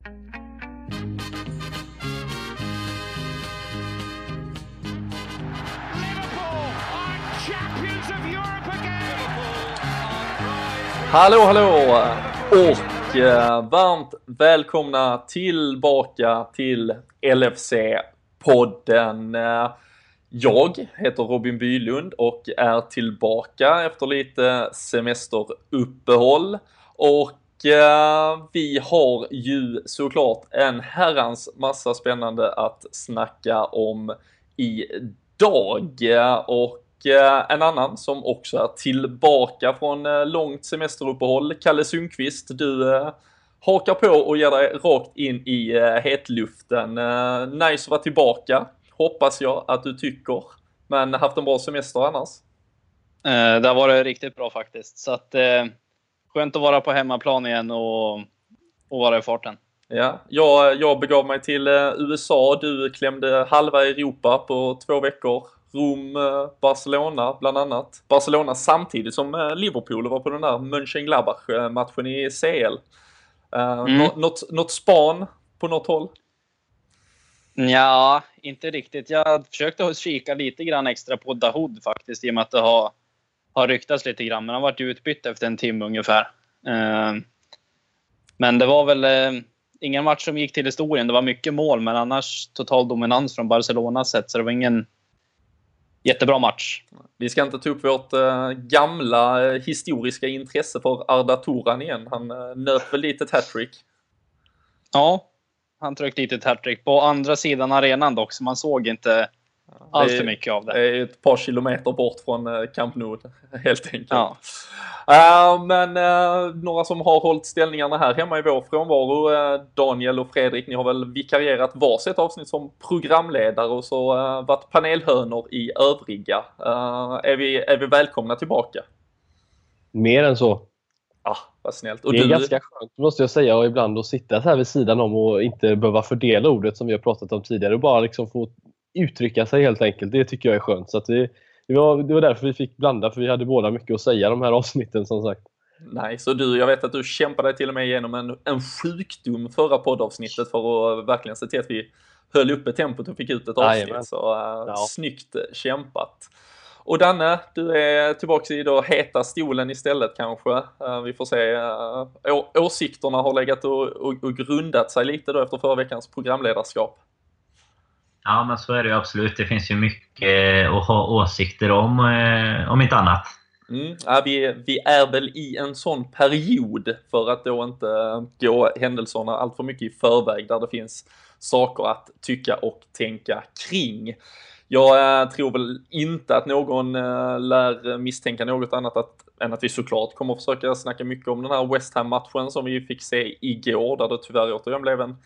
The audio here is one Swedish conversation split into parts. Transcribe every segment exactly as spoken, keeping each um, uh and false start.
Hallå, hallå och eh, varmt välkomna tillbaka till L F C-podden. Eh, jag heter Robin Bylund och är tillbaka efter lite semesteruppehåll. Och eh, vi har ju såklart en herrans massa spännande att snacka om idag. Och en annan som också är tillbaka från långt semesteruppehåll, Kalle Sundqvist, du eh, hakar på och ger dig rakt in i eh, hetluften. Eh, nice att vara tillbaka, hoppas jag att du tycker, men haft en bra semester annars? Eh, det har varit riktigt bra faktiskt, så att eh, skönt att vara på hemmaplan igen och, och vara i farten. Ja, jag, jag begav mig till eh, U S A, du klämde halva Europa på två veckor. Rom, Barcelona bland annat. Barcelona samtidigt som Liverpool var på den där Mönchengladbach-matchen i C L. Mm. Nå- något, något span på något håll? Ja, inte riktigt. Jag försökte kika lite grann extra på Dahoud faktiskt, i och med att det har, har ryktats lite grann. Men han har varit utbytt efter en timme ungefär. Men det var väl ingen match som gick till historien. Det var mycket mål, men annars total dominans från Barcelonas sätt. Så det var ingen jättebra match. Vi ska inte ta upp vårt äh, gamla äh, historiska intresse för Arda Turan igen. Han äh, nöp väl lite ett hattrick. Ja, han tryckte lite ett hattrick. På andra sidan arenan dock, så man såg inte ja, allt för mycket av det. Det är ett par kilometer bort från äh, Camp Nou, helt enkelt. Ja. Uh, men uh, några som har hållit ställningarna här hemma i vår frånvaro, uh, Daniel och Fredrik, ni har väl vikarierat varsitt avsnitt som programledare och så uh, varit panelhönor i övriga. Uh, är, vi, är vi välkomna tillbaka? Mer än så. Ja, ah, vad snällt. Och det är du... ganska skönt, måste jag säga, och ibland att sitta så här vid sidan om och inte behöva fördela ordet som vi har pratat om tidigare och bara liksom få uttrycka sig helt enkelt. Det tycker jag är skönt, så att vi Det var, det var därför vi fick blanda, för vi hade båda mycket att säga de här avsnitten, som sagt. Nej, så du, jag vet att du kämpade till och med igenom en, en sjukdom förra poddavsnittet för att verkligen se till att vi höll uppe tempot och fick ut ett avsnitt. Aj, så uh, ja. Snyggt kämpat. Och Danne, du är tillbaka i då heta stolen istället kanske. Uh, vi får se. Uh, å- åsikterna har legat och, och, och grundat sig lite då efter förra veckans programledarskap. Ja, men så är det ju absolut. Det finns ju mycket att ha åsikter om, eh, om inte annat. Mm, ja, vi, vi är väl i en sån period, för att då inte gå händelserna allt för mycket i förväg, där det finns saker att tycka och tänka kring. Jag äh, tror väl inte att någon äh, lär misstänka något annat att, än att vi såklart kommer att försöka snacka mycket om den här West Ham-matchen som vi fick se igår, där det tyvärr återigen blev en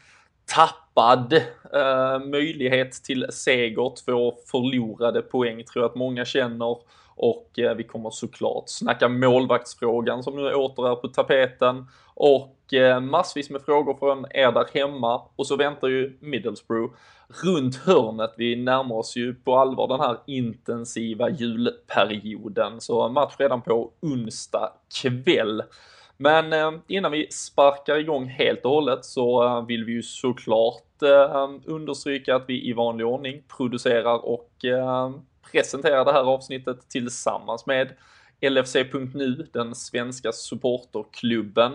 tappad eh, möjlighet till seger, två förlorade poäng tror jag att många känner, och eh, vi kommer såklart snacka målvaktsfrågan som nu åter är på tapeten, och eh, massvis med frågor från er där hemma, och så väntar ju Middlesbrough runt hörnet. Vi närmar oss ju på allvar den här intensiva julperioden, så match redan på onsdag kväll. Men eh, innan vi sparkar igång helt och hållet så eh, vill vi ju såklart eh, understryka att vi i vanlig ordning producerar och eh, presenterar det här avsnittet tillsammans med L F C punkt nu, den svenska supporterklubben.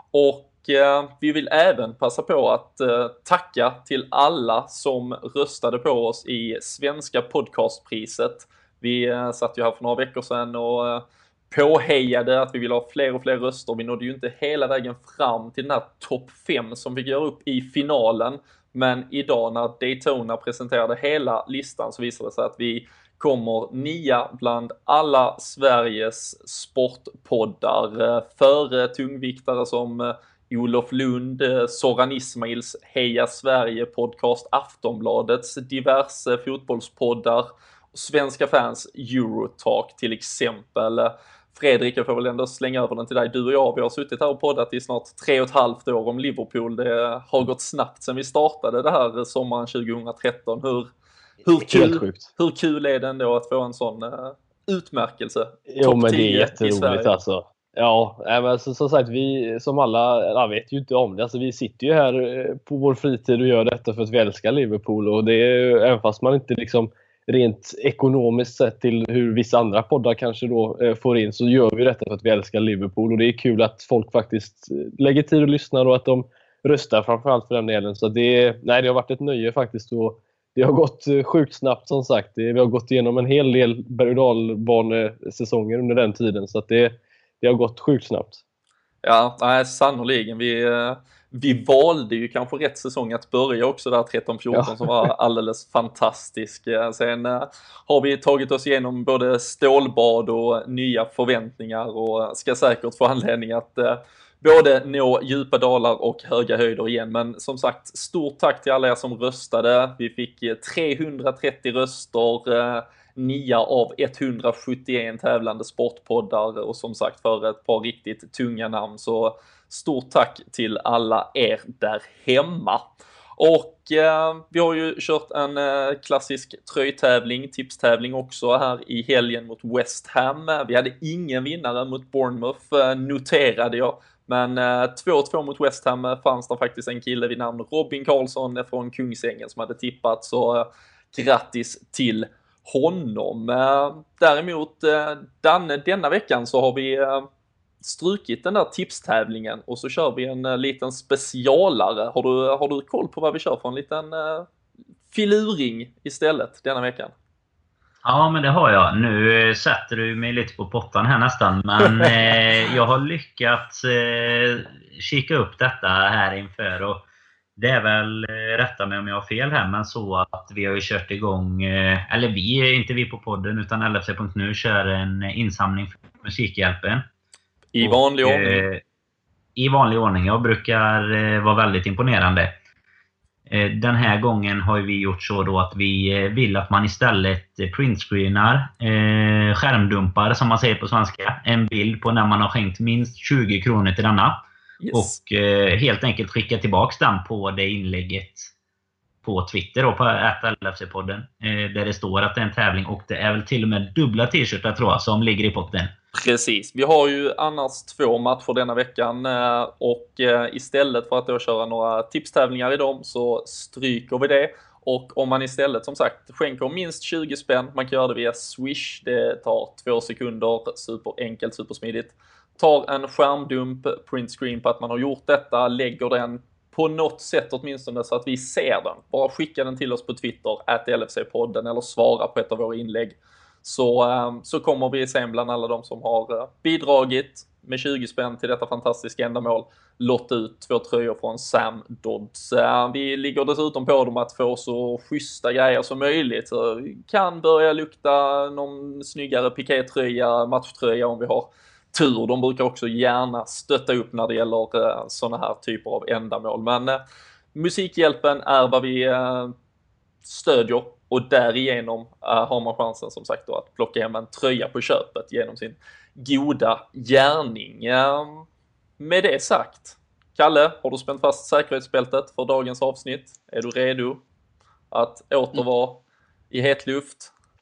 Och eh, vi vill även passa på att eh, tacka till alla som röstade på oss i svenska podcastpriset. Vi eh, satt ju här för några veckor sedan och eh, påhejade att vi vill ha fler och fler röster. Vi nådde ju inte hela vägen fram till den här topp fem som vi gör upp i finalen. Men idag när Daytona presenterade hela listan så visade det sig att vi kommer nia bland alla Sveriges sportpoddar. Före tungviktare som Olof Lund, Soran Ismails Heja Sverige podcast, Aftonbladets diverse fotbollspoddar, Svenska fans Eurotalk till exempel. Fredrik, jag får väl ändå slänga över den till dig. Du och jag, vi har suttit här och poddat i snart tre och ett halvt år om Liverpool. Det har gått snabbt sedan vi startade det här sommaren tjugohundratretton. Hur, hur, kul, hur kul är det ändå att få en sån uh, utmärkelse? Jo, men det är jätteroligt alltså. Ja, men så, som sagt, vi som alla, alla vet ju inte om det. Alltså, vi sitter ju här på vår fritid och gör detta för att vi älskar Liverpool. Och det är, även fast man inte liksom rent ekonomiskt sett till hur vissa andra poddar kanske då eh, får in, så gör vi detta för att vi älskar Liverpool. Och det är kul att folk faktiskt lägger tid och lyssnar och att de röstar framförallt för den delen. Så det, nej, det har varit ett nöje faktiskt. Och det har gått sjukt snabbt som sagt. Det, vi har gått igenom en hel del berg- och dalbanesäsonger under den tiden. Så att det, det har gått sjukt snabbt. Ja, nej, sannoliken. Vi, vi valde ju kanske rätt säsong att börja också där tretton fjorton ja. Som var alldeles fantastisk. Sen har vi tagit oss igenom både stålbad och nya förväntningar och ska säkert få anledning att både nå djupa dalar och höga höjder igen. Men som sagt, stort tack till alla er som röstade. Vi fick trehundratrettio röster, nio av etthundrasjuttioen tävlande sportpoddar och som sagt för ett par riktigt tunga namn. Så stort tack till alla er där hemma. Och eh, vi har ju kört en eh, klassisk tröjtävling, tipstävling också här i helgen mot West Ham. Vi hade ingen vinnare mot Bournemouth, eh, noterade jag. Men eh, två två mot West Ham fanns det faktiskt en kille vid namn Robin Karlsson från Kungsängen som hade tippat. Så eh, grattis till honom. Eh, däremot eh, Danne, denna veckan så har vi eh, strukit den där tipstävlingen och så kör vi en uh, liten specialare. Har du, har du koll på vad vi kör för en liten uh, filuring istället denna veckan? Ja, men det har jag. Nu sätter du mig lite på pottan här nästan. Men eh, jag har lyckats eh, kika upp detta här inför. Och det är väl, eh, rätta mig om jag har fel här, men så att vi har ju kört igång, eh, eller vi, inte vi på podden utan L F C punkt nu kör en insamling för Musikhjälpen. I vanlig och, ordning. Eh, I vanlig ordning. Jag brukar eh, vara väldigt imponerande. Eh, den här gången har vi gjort så då att vi eh, vill att man istället eh, printscreenar, eh, skärmdumpar som man säger på svenska, en bild på när man har skänkt minst tjugo kronor till denna. Yes. Och eh, helt enkelt skicka tillbaks den på det inlägget på Twitter och på L F C-podden. Eh, där det står att det är en tävling och det är väl till och med dubbla t-shirtar tror jag som ligger i potten. Precis, vi har ju annars två matcher denna veckan och istället för att då köra några tipstävlingar i dem så stryker vi det. Och om man istället som sagt skänker minst tjugo spänn, man kan göra det via Swish, det tar två sekunder, superenkelt, supersmidigt. Tar en skärmdump, printscreen på att man har gjort detta, lägger den på något sätt åtminstone så att vi ser den. Bara skicka den till oss på Twitter, at L F C-podden eller svara på ett av våra inlägg. Så, så kommer vi sen bland alla de som har bidragit med tjugo spänn till detta fantastiska ändamål lotta ut två tröjor från Sam Dodds. Vi ligger dessutom på dem att få så schyssta grejer som möjligt. Så vi kan börja lukta någon snyggare pikétröja, matchtröja om vi har tur. De brukar också gärna stötta upp när det gäller sådana här typer av ändamål. Men eh, Musikhjälpen är vad vi eh, stödjer. Och därigenom uh, har man chansen som sagt då, att plocka hem en tröja på köpet genom sin goda gärning. Uh, med det sagt, Kalle, har du spänt fast säkerhetsbältet för dagens avsnitt? Är du redo att åter vara mm. i het luft?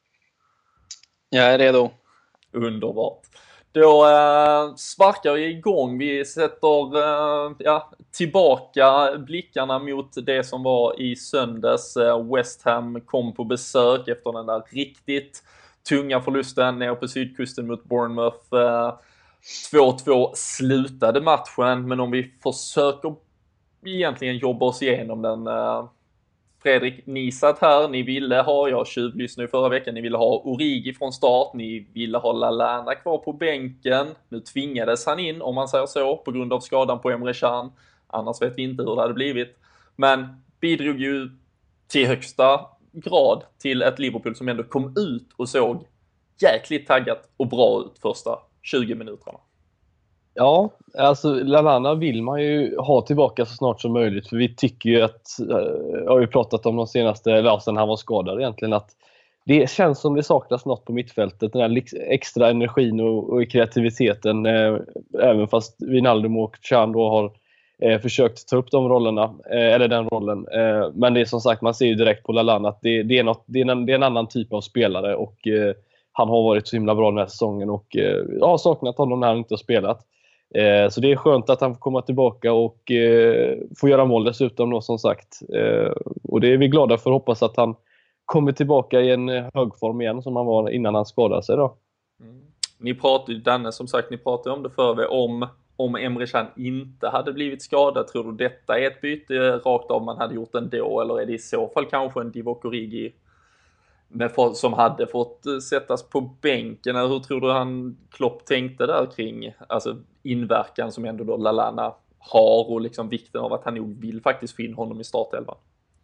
Jag är redo. Underbart. Då äh, sparkar vi igång. Vi sätter äh, ja, tillbaka blickarna mot det som var i söndags. Äh, West Ham kom på besök efter den där riktigt tunga förlusten nere på sydkusten mot Bournemouth. Äh, två två slutade matchen, men om vi försöker egentligen jobba oss igenom den... Äh, Fredrik, ni satt här, ni ville ha, jag tjuvlyssnade förra veckan, ni ville ha Origi från start, ni ville ha Lallana kvar på bänken, nu tvingades han in om man säger så på grund av skadan på Emre Can, annars vet vi inte hur det hade blivit, men bidrog ju till högsta grad till ett Liverpool som ändå kom ut och såg jäkligt taggat och bra ut första tjugo minuterna. Ja, alltså Lallana vill man ju ha tillbaka så snart som möjligt, för vi tycker ju att, jag har ju pratat om de senaste, eller sen han var skadad egentligen, att det känns som det saknas något på mittfältet, den här extra energin och, och kreativiteten, eh, även fast Wijnaldum och Can då har eh, försökt ta upp de rollerna, eh, eller den rollen, eh, men det är som sagt, man ser ju direkt på Lallana att det, det, är något, det, är en, det är en annan typ av spelare och eh, han har varit så himla bra den här säsongen och eh, jag har saknat honom när han inte har spelat. Eh, så det är skönt att han får komma tillbaka och eh, få göra mål dessutom då, som sagt. Eh, och det är vi glada för, hoppas att han kommer tillbaka i en hög form igen som han var innan han skadade sig då. Mm. Ni pratade ju, Danne, som sagt, ni pratade om det förr, om om Emre Can inte hade blivit skadad. Tror du detta är ett byte rakt av man hade gjort ändå, eller är det i så fall kanske en Divock Origi med, som hade fått sättas på bänken? Hur tror du han Klopp tänkte där kring alltså inverkan som ändå då Lallana har och liksom vikten av att han nog vill faktiskt få in honom i startelvan?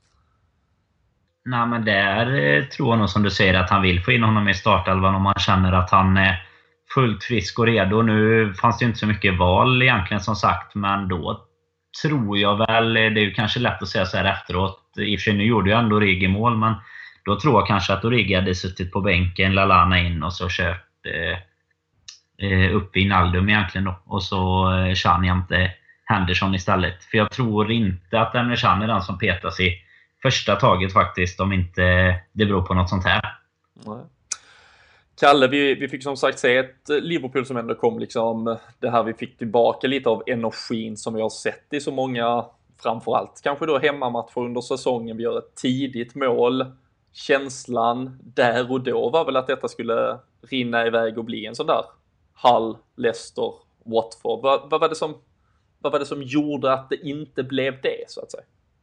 Nej, men där tror jag nog som du säger att han vill få in honom i startelvan om man känner att han är fullt frisk och redo. Nu fanns det ju inte så mycket val egentligen som sagt, men då tror jag väl, det är ju kanske lätt att säga så här efteråt, i och för sig nu gjorde ju ändå Origi mål, men då tror jag kanske att Origi hade suttit på bänken, Lallana in och så kört eh, upp i Naldum egentligen då, och så eh, Can jämte Henderson istället. För jag tror inte att Emre Can är den som petas i första taget faktiskt, om inte det beror på något sånt här. Nej. Kalle, vi, vi fick som sagt se ett Liverpool som ändå kom liksom det här, vi fick tillbaka lite av energin som vi har sett i så många, framförallt kanske då hemmamatcher under säsongen. Vi gör ett tidigt mål. Känslan där och då var väl att detta skulle rinna iväg och bli en sån där Hull, Leicester, Watford. Vad, vad var det som, vad var det som gjorde att det inte blev det, så att säga?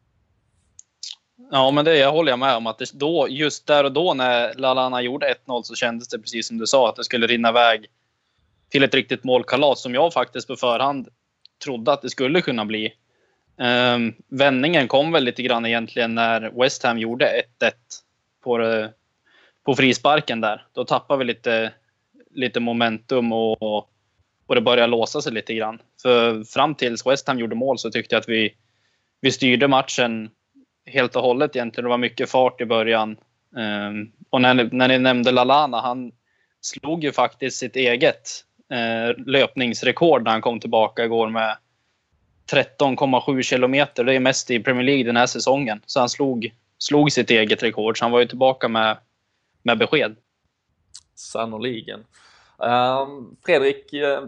Ja, men det jag håller jag med om, att det då, just där och då när Lallana gjorde ett noll så kändes det precis som du sa, att det skulle rinna iväg till ett riktigt målkalas som jag faktiskt på förhand trodde att det skulle kunna bli. Um, vändningen kom väl lite grann egentligen när West Ham gjorde ett ett på, det, på frisparken där. Då tappade vi lite, lite momentum och, och det började låsa sig lite grann. För fram tills West Ham gjorde mål så tyckte jag att vi, vi styrde matchen helt och hållet egentligen. Det var mycket fart i början. Um, och när, när ni nämnde Lallana, han slog ju faktiskt sitt eget uh, löpningsrekord när han kom tillbaka igår med tretton komma sju kilometer. Det är mest i Premier League den här säsongen. Så han slog, slog sitt eget rekord. Så han var ju tillbaka med, med besked. Sannoliken. Um, Fredrik, uh,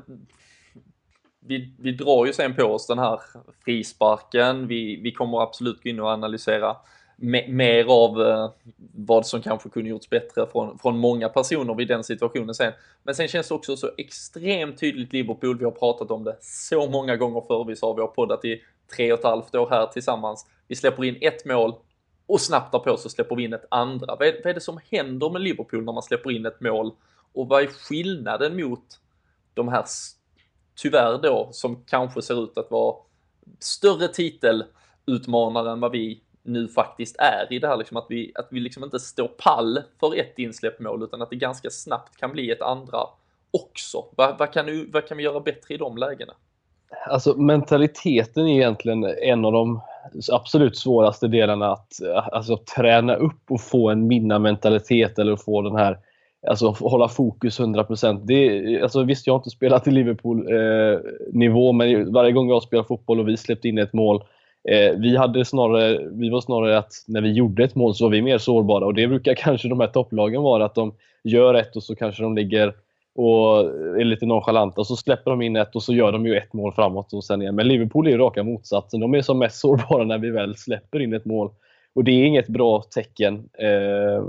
vi, vi drar ju sen på oss den här frisparken. Vi, vi kommer absolut gå in och analysera me- mer av uh, vad som kanske kunde gjorts bättre från, från många personer vid den situationen sen. Men sen känns det också så extremt tydligt Liverpool. Vi har pratat om det så många gånger förr. Vi sa vi har poddat i tre och ett halvt år här tillsammans. Vi släpper in ett mål och snabbt därpå så släpper vi in ett andra. Vad är, vad är det som händer med Liverpool när man släpper in ett mål? Och vad är skillnaden mot de här, tyvärr då, som kanske ser ut att vara större titelutmanare än vad vi nu faktiskt är i det här, liksom att vi, att vi liksom inte står pall för ett insläppt mål, utan att det ganska snabbt kan bli ett andra också. Vad, vad, kan, du, vad kan vi göra bättre i de lägena? Alltså mentaliteten är egentligen en av de absolut svåraste delarna att alltså, träna upp och få en minna-mentalitet eller få den här, alltså hålla fokus hundra procent. Det, alltså, visst, jag har inte spelat i Liverpool-nivå, eh, men varje gång jag spelar fotboll och vi släppte in ett mål, eh, vi, hade snarare, vi var snarare att när vi gjorde ett mål så var vi mer sårbara. Och det brukar kanske de här topplagen vara, att de gör ett och så kanske de ligger och är lite nonchalanta och så släpper de in ett och så gör de ju ett mål framåt och sen igen. Men Liverpool är ju raka motsatsen. De är som mest sårbara när vi väl släpper in ett mål. Och det är inget bra tecken. Eh,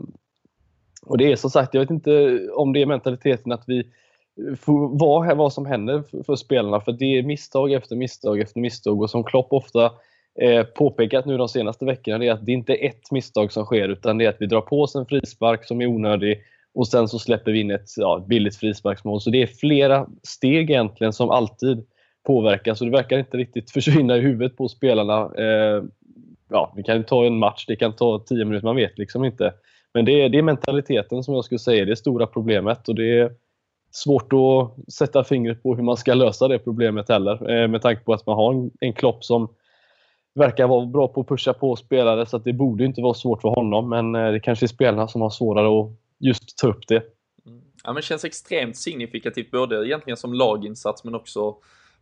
och det är som sagt, jag vet inte om det är mentaliteten att vi får vara vad som händer för, för spelarna. För det är misstag efter misstag efter misstag. Och som Klopp ofta eh, påpekat nu de senaste veckorna, det är att det inte är ett misstag som sker, utan det är att vi drar på oss en frispark som är onödig. Och sen så släpper vi in ett ja, billigt frisparksmål. Så det är flera steg egentligen som alltid påverkas. Så det verkar inte riktigt försvinna i huvudet på spelarna. Eh, ja, vi kan ta en match, det kan ta tio minuter, man vet liksom inte. Men det är, det är mentaliteten som jag skulle säga, det är stora problemet. Och det är svårt att sätta fingret på hur man ska lösa det problemet heller. Eh, med tanke på att man har en, en Klopp som verkar vara bra på att pusha på spelare. Så att det borde inte vara svårt för honom. Men eh, det kanske är spelarna som har svårare att just ta upp det. Ja, men det känns extremt signifikativt både egentligen som laginsats men också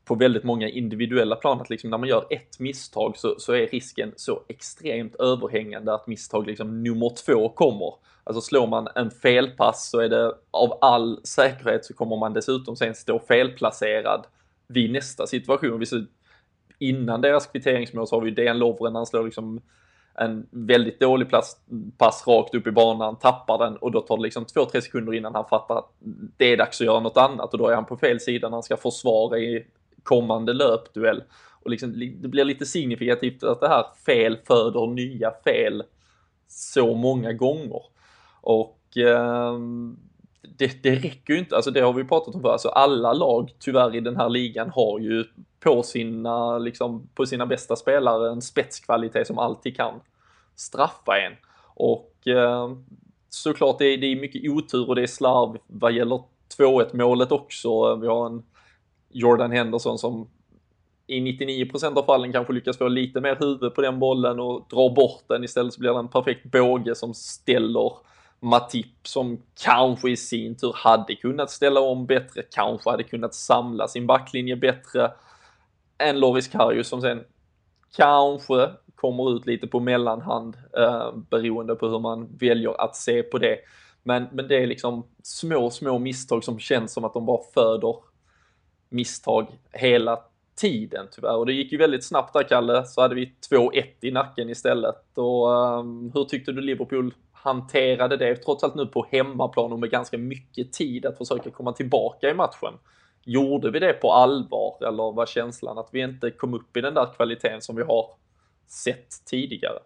på väldigt många individuella plan att liksom när man gör ett misstag så, så är risken så extremt överhängande att misstag liksom nummer två kommer. Alltså slår man en felpass så är det av all säkerhet så kommer man dessutom sen stå felplacerad vid nästa situation. Vi ser, innan deras kvitteringsmål så har vi Dejan Lovren, han slår liksom en väldigt dålig pass, pass rakt upp i banan, tappar den och då tar det liksom två, tre sekunder innan han fattar att det är dags att göra något annat och då är han på fel sida när han ska försvara i kommande löpduell. Och liksom, det blir lite signifikativt att det här fel föder nya fel så många gånger. Och eh, det, det räcker ju inte, alltså det har vi pratat om för, alltså alla lag tyvärr i den här ligan har ju på sina, liksom, på sina bästa spelare en spetskvalitet som alltid kan straffa en. Och eh, såklart det är, det är mycket otur och det är slarv vad gäller två ett målet också. Vi har en Jordan Henderson som i nittionio procent av fallen kanske lyckas få lite mer huvud på den bollen och dra bort den. Istället så blir det en perfekt båge som ställer Matip som kanske i sin tur hade kunnat ställa om bättre, kanske hade kunnat samla sin backlinje bättre än Loris Karius som sen kanske kommer ut lite på mellanhand eh, beroende på hur man väljer att se på det. Men, men det är liksom små, små misstag som känns som att de bara föder misstag hela tiden tyvärr. Och det gick ju väldigt snabbt där, Kalle. Så hade vi två ett i nacken istället. Och um, hur tyckte du Liverpool hanterade det? Trots allt nu på hemmaplan och med ganska mycket tid att försöka komma tillbaka i matchen. Gjorde vi det på allvar? Eller var känslan att vi inte kom upp i den där kvaliteten som vi har sett tidigare?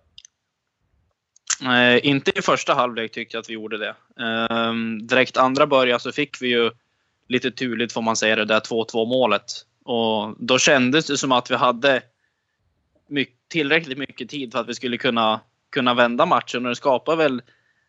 Eh, inte i första halvlek tyckte jag att vi gjorde det. Eh, direkt andra början så fick vi ju lite turligt får man säga det där två två målet. Och då kändes det som att vi hade mycket, tillräckligt mycket tid för att vi skulle kunna, kunna vända matchen. Och det skapar väl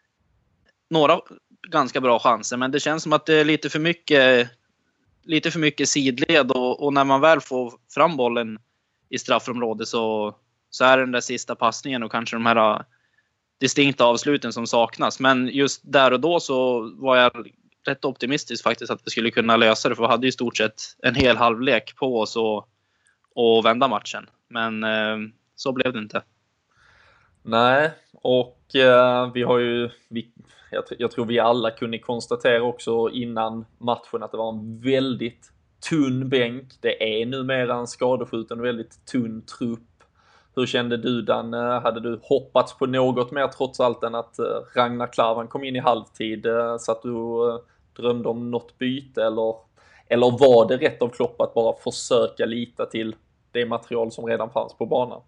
några ganska bra chanser. Men det känns som att det är lite för mycket, lite för mycket sidled. Och, och när man väl får fram bollen i straffområdet så, så är den där sista passningen och kanske de här distinkta avsluten som saknas. Men just där och då så var jag rätt optimistisk faktiskt att vi skulle kunna lösa det. För vi hade i stort sett en hel halvlek på oss och, och vända matchen. Men eh, så blev det inte. Nej, och eh, vi har ju... Vi, jag, jag tror vi alla kunde konstatera också innan matchen att det var en väldigt tunn bänk. Det är numera en skadeskjuten, väldigt tunn trupp. Hur kände du den? Hade du hoppats på något mer trots allt än att Ragnar Klavan kom in i halvtid? Så att du drömde om något byte? Eller, eller var det rätt av Klopp att bara försöka lita till det material som redan fanns på banan?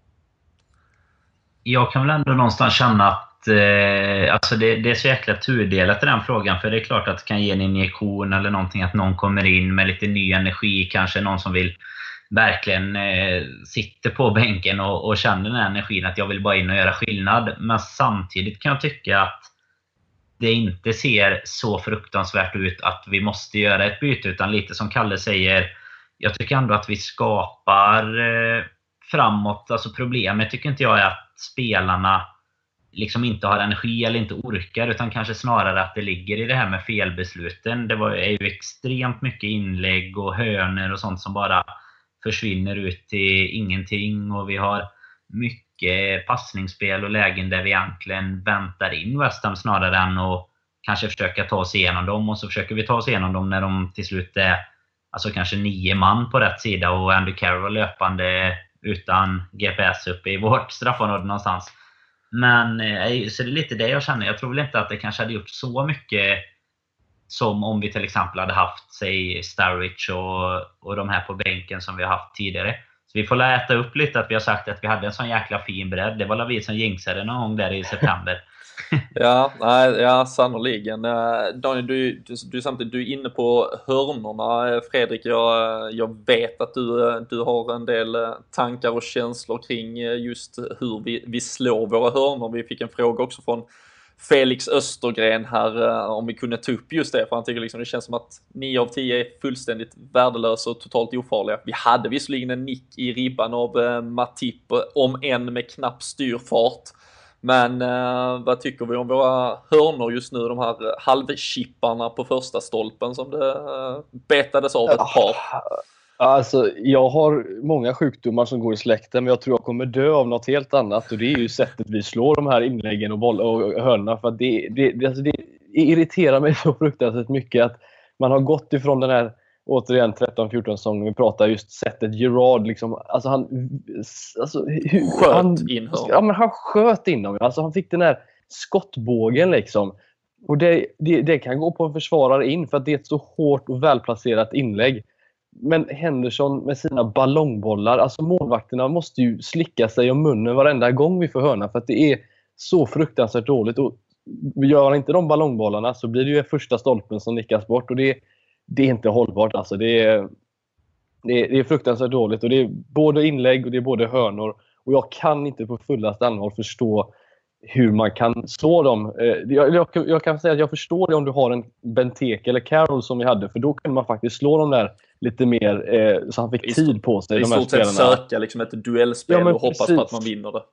Jag kan väl ändå någonstans känna att eh, alltså det, det är så jäkla turdelat i den frågan. För det är klart att det kan ge en injektion eller någonting att någon kommer in med lite ny energi. Kanske någon som vill verkligen eh, sitter på bänken och, och känner den här energin att jag vill bara in och göra skillnad. Men samtidigt kan jag tycka att det inte ser så fruktansvärt ut att vi måste göra ett byte. Utan lite som Kalle säger, jag tycker ändå att vi skapar eh, framåt. Alltså problemet tycker inte jag är att spelarna liksom inte har energi eller inte orkar. Utan kanske snarare att det ligger i det här med felbesluten. Det var, är ju extremt mycket inlägg och hörner och sånt som bara försvinner ut till ingenting. Och vi har mycket passningsspel och lägen där vi egentligen väntar in West Ham snarare än att kanske försöka ta oss igenom dem. Och så försöker vi ta oss igenom dem när de till slut är alltså kanske nio man på rätt sida och Andy Carroll löpande utan G P S uppe i vårt straffområde någonstans. Men så det är lite det jag känner. Jag tror väl inte att det kanske hade gjort så mycket som om vi till exempel hade haft säg Sturridge och, och de här på bänken som vi har haft tidigare. Så vi får äta upp lite att vi har sagt att vi hade en sån jäkla fin bredd. Det var vi som jinxade någon gång där i september. Ja, nej, ja, sannoliken. Daniel, du, du, du, samtidigt, du är inne på hörnorna. Fredrik, jag, jag vet att du, du har en del tankar och känslor kring just hur vi, vi slår våra hörnor. Vi fick en fråga också från Felix Östergren här om vi kunde ta upp just det. För han tycker liksom det känns som att nio av tio är fullständigt värdelösa och totalt ofarliga. Vi hade visserligen en nick i ribban av Matip, om en med knapp styrfart. Men eh, vad tycker vi om våra hörnor just nu? De här halvchipparna på första stolpen som det eh, betades av ett par. Alltså, jag har många sjukdomar som går i släkten, men jag tror jag kommer dö av något helt annat. Och det är ju sättet vi slår de här inläggen och, boll och hörna. För att det, det, det, alltså det irriterar mig så fruktansvärt mycket att man har gått ifrån den här, återigen tretton fjorton säsongen, vi pratar just sättet Gerard liksom, alltså han alltså, hur, sköt han, in ja, men han sköt in dem. Alltså han fick den här skottbågen liksom. Och det, det, det kan gå på en försvarare in för att det är ett så hårt och välplacerat inlägg. Men Henderson med sina ballongbollar, alltså målvakterna måste ju slicka sig om munnen varenda gång vi får hörna för att det är så fruktansvärt dåligt. Och gör inte de ballongbollarna så blir det ju första stolpen som nickas bort och det, det är inte hållbart. Alltså det är, det, är, det är fruktansvärt dåligt och det är både inlägg och det är både hörnor och jag kan inte på fullast allvar förstå hur man kan slå dem. Jag, jag, jag kan säga att jag förstår det om du har en Benteke eller Carroll som vi hade, för då kunde man faktiskt slå dem där lite mer eh, så han fick tid på sig. I stort sett söka liksom ett duellspel ja, och hoppas precis. På att man vinner det.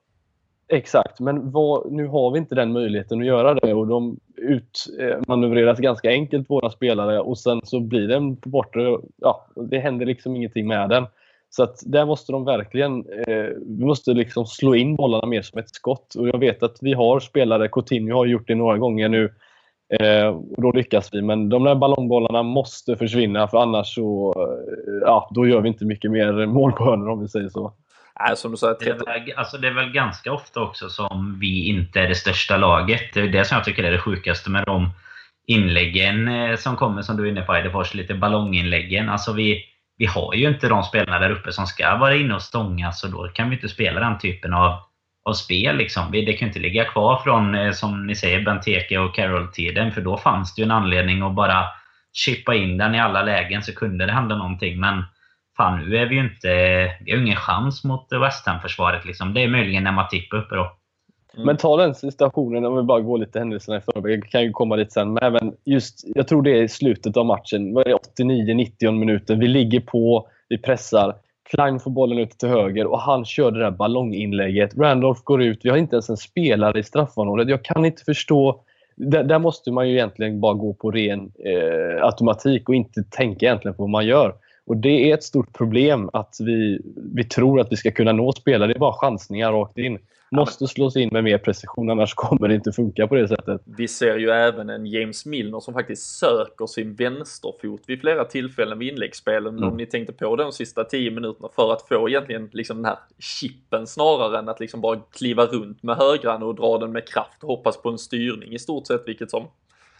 Exakt, men vad, nu har vi inte den möjligheten att göra det och de utmanövreras ganska enkelt våra spelare och sen så blir den på bortre, ja, det händer liksom ingenting med den. Så att där måste de verkligen eh, vi måste liksom slå in bollarna mer som ett skott. Och jag vet att vi har spelare, Coutinho har gjort det några gånger nu eh, och då lyckas vi. Men de där ballongbollarna måste försvinna för annars så eh, ja, då gör vi inte mycket mer mål på hörnor om vi säger så. Nej, som du säger, det, är väl, alltså det är väl ganska ofta också som vi inte är det största laget. Det är det som jag tycker är det sjukaste med de inläggen eh, som kommer som du är inne på, Eidefors, lite ballonginläggen. Alltså vi Vi har ju inte de spelarna där uppe som ska vara inne och stånga, så då kan vi inte spela den typen av, av spel. Liksom. Det kan inte ligga kvar från, som ni säger, Benteke och Carroll-tiden, för då fanns det ju en anledning att bara chippa in den i alla lägen så kunde det hända någonting. Men fan, nu är vi ju inte, vi har ingen chans mot West Ham-försvaret. Liksom. Det är möjligen när Matip uppe då. Mm. Men ta den situationen, om vi bara går lite händelserna i förväg, kan ju komma lite sen med, men just, jag tror det är i slutet av matchen, vad är det, åttionio nittio minuter, vi ligger på, vi pressar, Klein får bollen ut till höger och han kör det där ballonginlägget, Randolph går ut, vi har inte ens en spelare i straffområdet, jag kan inte förstå, där, där måste man ju egentligen bara gå på ren eh, automatik och inte tänka egentligen på vad man gör. Och det är ett stort problem att vi, vi tror att vi ska kunna nå spelare, det är bara chansningar rakt in. Måste slås in med mer precision, annars kommer det inte funka på det sättet. Vi ser ju även en James Milner som faktiskt söker sin vänsterfot vid flera tillfällen vid inläggsspelen. Mm. Om ni tänkte på de sista tio minuterna för att få egentligen liksom den här chippen snarare än att liksom bara kliva runt med högran och dra den med kraft och hoppas på en styrning i stort sett, vilket som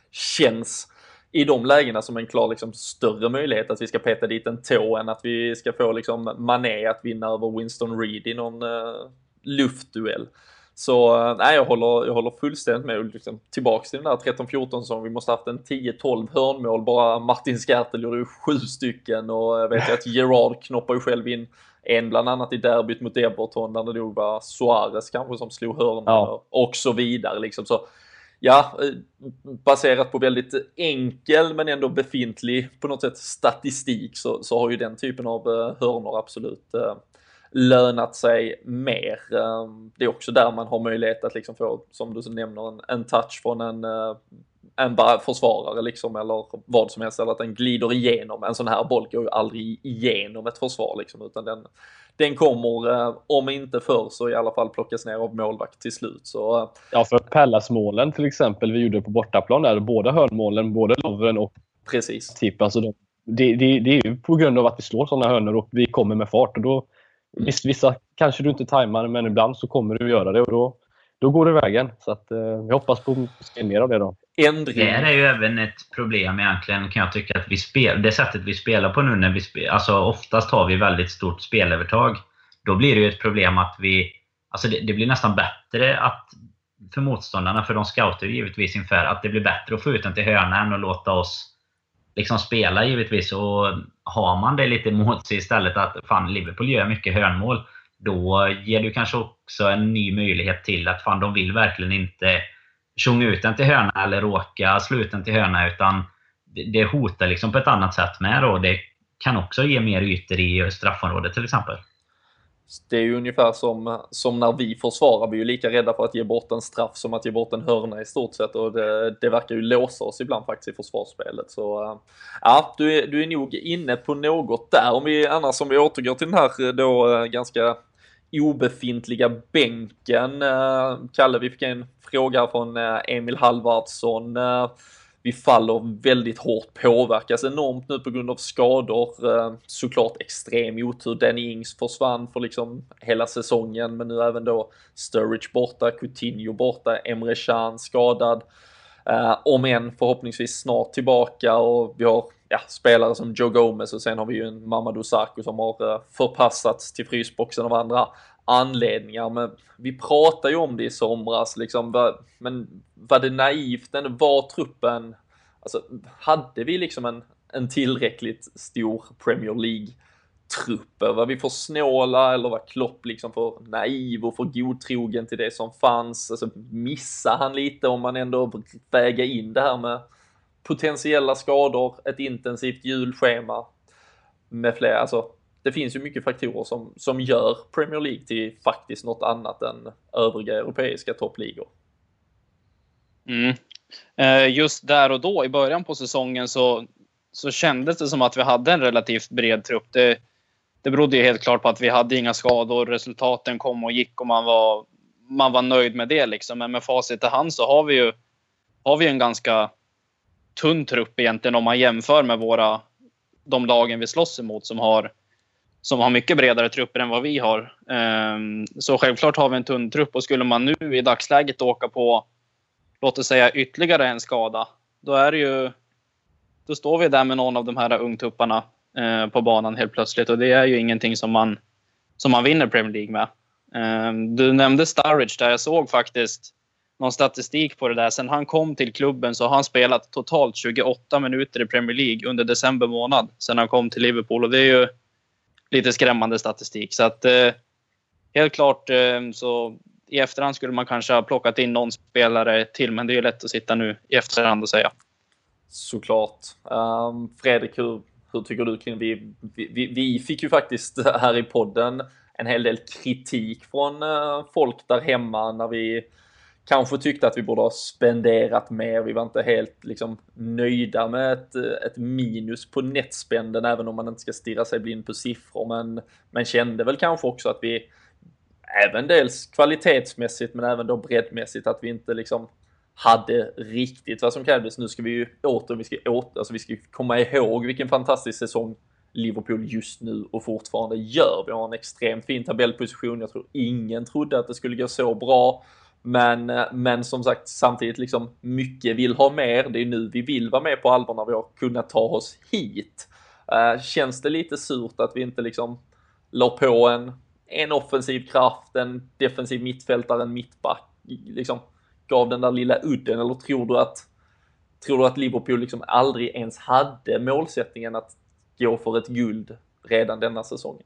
känns i de lägena som en klar liksom större möjlighet att vi ska peta dit en tå än att vi ska få liksom Mané att vinna över Winston Reed i någon uh, luftduell. Så uh, nej, jag håller, jag håller fullständigt med liksom, tillbaks till den där tretton fjorton som vi måste haft en tio tolv hörnmål. Bara Martin Skertel gjorde ju sju stycken och jag vet att Gerard knoppar ju själv in en bland annat i derbyt mot Everton där det nog var Suarez kanske som slog hörnen ja. Och så vidare liksom. Så ja, baserat på väldigt enkel men ändå befintlig på något sätt statistik så, så har ju den typen av hörnor absolut eh, lönat sig mer. Det är också där man har möjlighet att liksom få, som du nämner, en, en touch från en, en bara försvarare liksom, eller vad som helst, eller att den glider igenom. En sån här boll går ju aldrig igenom ett försvar liksom, utan den, den kommer, om inte förr så i alla fall plockas ner av målvakt till slut. Så, ja, för Pallas-målen till exempel, vi gjorde på bortaplan där, båda hörnmålen, både Lovren och precis. Tipp, alltså de, det, det, det är ju på grund av att vi slår sådana hörnor och vi kommer med fart och då visst, vissa kanske du inte tajmar, men ibland så kommer du att göra det och då, då går det vägen. Så att, eh, jag hoppas på att se mer av det då. Ändring. Det är ju även ett problem egentligen, kan jag tycka, att vi spel, det sättet vi spelar på nu när vi spelar, alltså oftast har vi väldigt stort spelövertag. Då blir det ju ett problem att vi, alltså det, det blir nästan bättre att för motståndarna, för de scouter givetvis inför, att det blir bättre att få ut den till hörnan och låta oss liksom spela givetvis. Och har man det lite mot sig istället att fan, Liverpool gör mycket hörnmål, då ger du kanske också en ny möjlighet till att fan, de vill verkligen inte sjunga ut den till hörna eller råka sluten till hörna, utan det, det hotar liksom på ett annat sätt med, och det kan också ge mer ytor i straffområdet till exempel. det är ju ungefär som, som när vi försvarar, vi är ju lika rädda för att ge bort en straff som att ge bort en hörna i stort sett, och det, det verkar ju låsa oss ibland faktiskt i försvarsspelet. Så ja, du är, du är nog inne på något där. Om vi annars om vi återgår till den här då ganska obefintliga bänken. Kalle, vi fick en fråga från Emil Halvardsson. Vi faller väldigt hårt, påverkas enormt nu på grund av skador. Såklart extrem otur. Danny Ings försvann för liksom hela säsongen, men nu även då Sturridge borta, Coutinho borta, Emre Can skadad. Om än förhoppningsvis snart tillbaka, och vi har ja, spelare som Joe Gomez, och sen har vi ju en Mamadou Sakho som har förpassats till frysboxen av andra anledningar. Men vi pratar ju om det i somras liksom, var, men var det naivt? Den var truppen, alltså hade vi liksom en, en tillräckligt stor Premier League-trupp? Var vi för snåla, eller var Klopp liksom för naiv och för godtrogen till det som fanns? Alltså missade han lite om man ändå väga in det här med potentiella skador, ett intensivt julschema med fler, alltså det finns ju mycket faktorer som, som gör Premier League till faktiskt något annat än övriga europeiska toppligor. Mm. Eh, just där och då i början på säsongen så, så kändes det som att vi hade en relativt bred trupp. Det, det berodde ju helt klart på att vi hade inga skador, resultaten kom och gick och man var, man var nöjd med det liksom. Men med facit i hand så har vi ju har vi en ganska tunn trupp egentligen om man jämför med våra, de lagen vi slåss emot som har som har mycket bredare trupper än vad vi har. Så självklart har vi en tunn trupp, och skulle man nu i dagsläget åka på, låt oss säga ytterligare en skada, då är det ju då står vi där med någon av de här ungtupparna på banan helt plötsligt, och det är ju ingenting som man som man vinner Premier League med. Du nämnde Sturridge där, jag såg faktiskt någon statistik på det där. Sen han kom till klubben så har han spelat totalt tjugoåtta minuter i Premier League under december månad sen han kom till Liverpool, och det är ju lite skrämmande statistik. Så att eh, helt klart eh, så i efterhand skulle man kanske ha plockat in någon spelare till, men det är ju lätt att sitta nu i efterhand och säga. Såklart. Um, Fredrik, hur, hur tycker du kring vi, vi, vi fick ju faktiskt här i podden en hel del kritik från uh, folk där hemma när vi kanske tyckte att vi borde ha spenderat mer. Vi var inte helt liksom nöjda med ett, ett minus på netspenden, även om man inte ska stirra sig blind på siffror. Men, men kände väl kanske också att vi, även dels kvalitetsmässigt men även då breddmässigt, att vi inte liksom hade riktigt vad som krävdes. Nu ska vi ju åter, vi ska åter, alltså vi ska komma ihåg vilken fantastisk säsong Liverpool just nu och fortfarande gör. Vi har en extremt fin tabellposition. Jag tror ingen trodde att det skulle gå så bra. Men, men som sagt, samtidigt liksom mycket vill ha mer. Det är nu vi vill vara med på allvar när vi har kunnat ta oss hit. Uh, känns det lite surt att vi inte liksom la på en, en offensiv kraft, en defensiv mittfältare, en mittback, liksom gav den där lilla udden? Eller tror du att, tror du att Liverpool liksom aldrig ens hade målsättningen att gå för ett guld redan denna säsongen?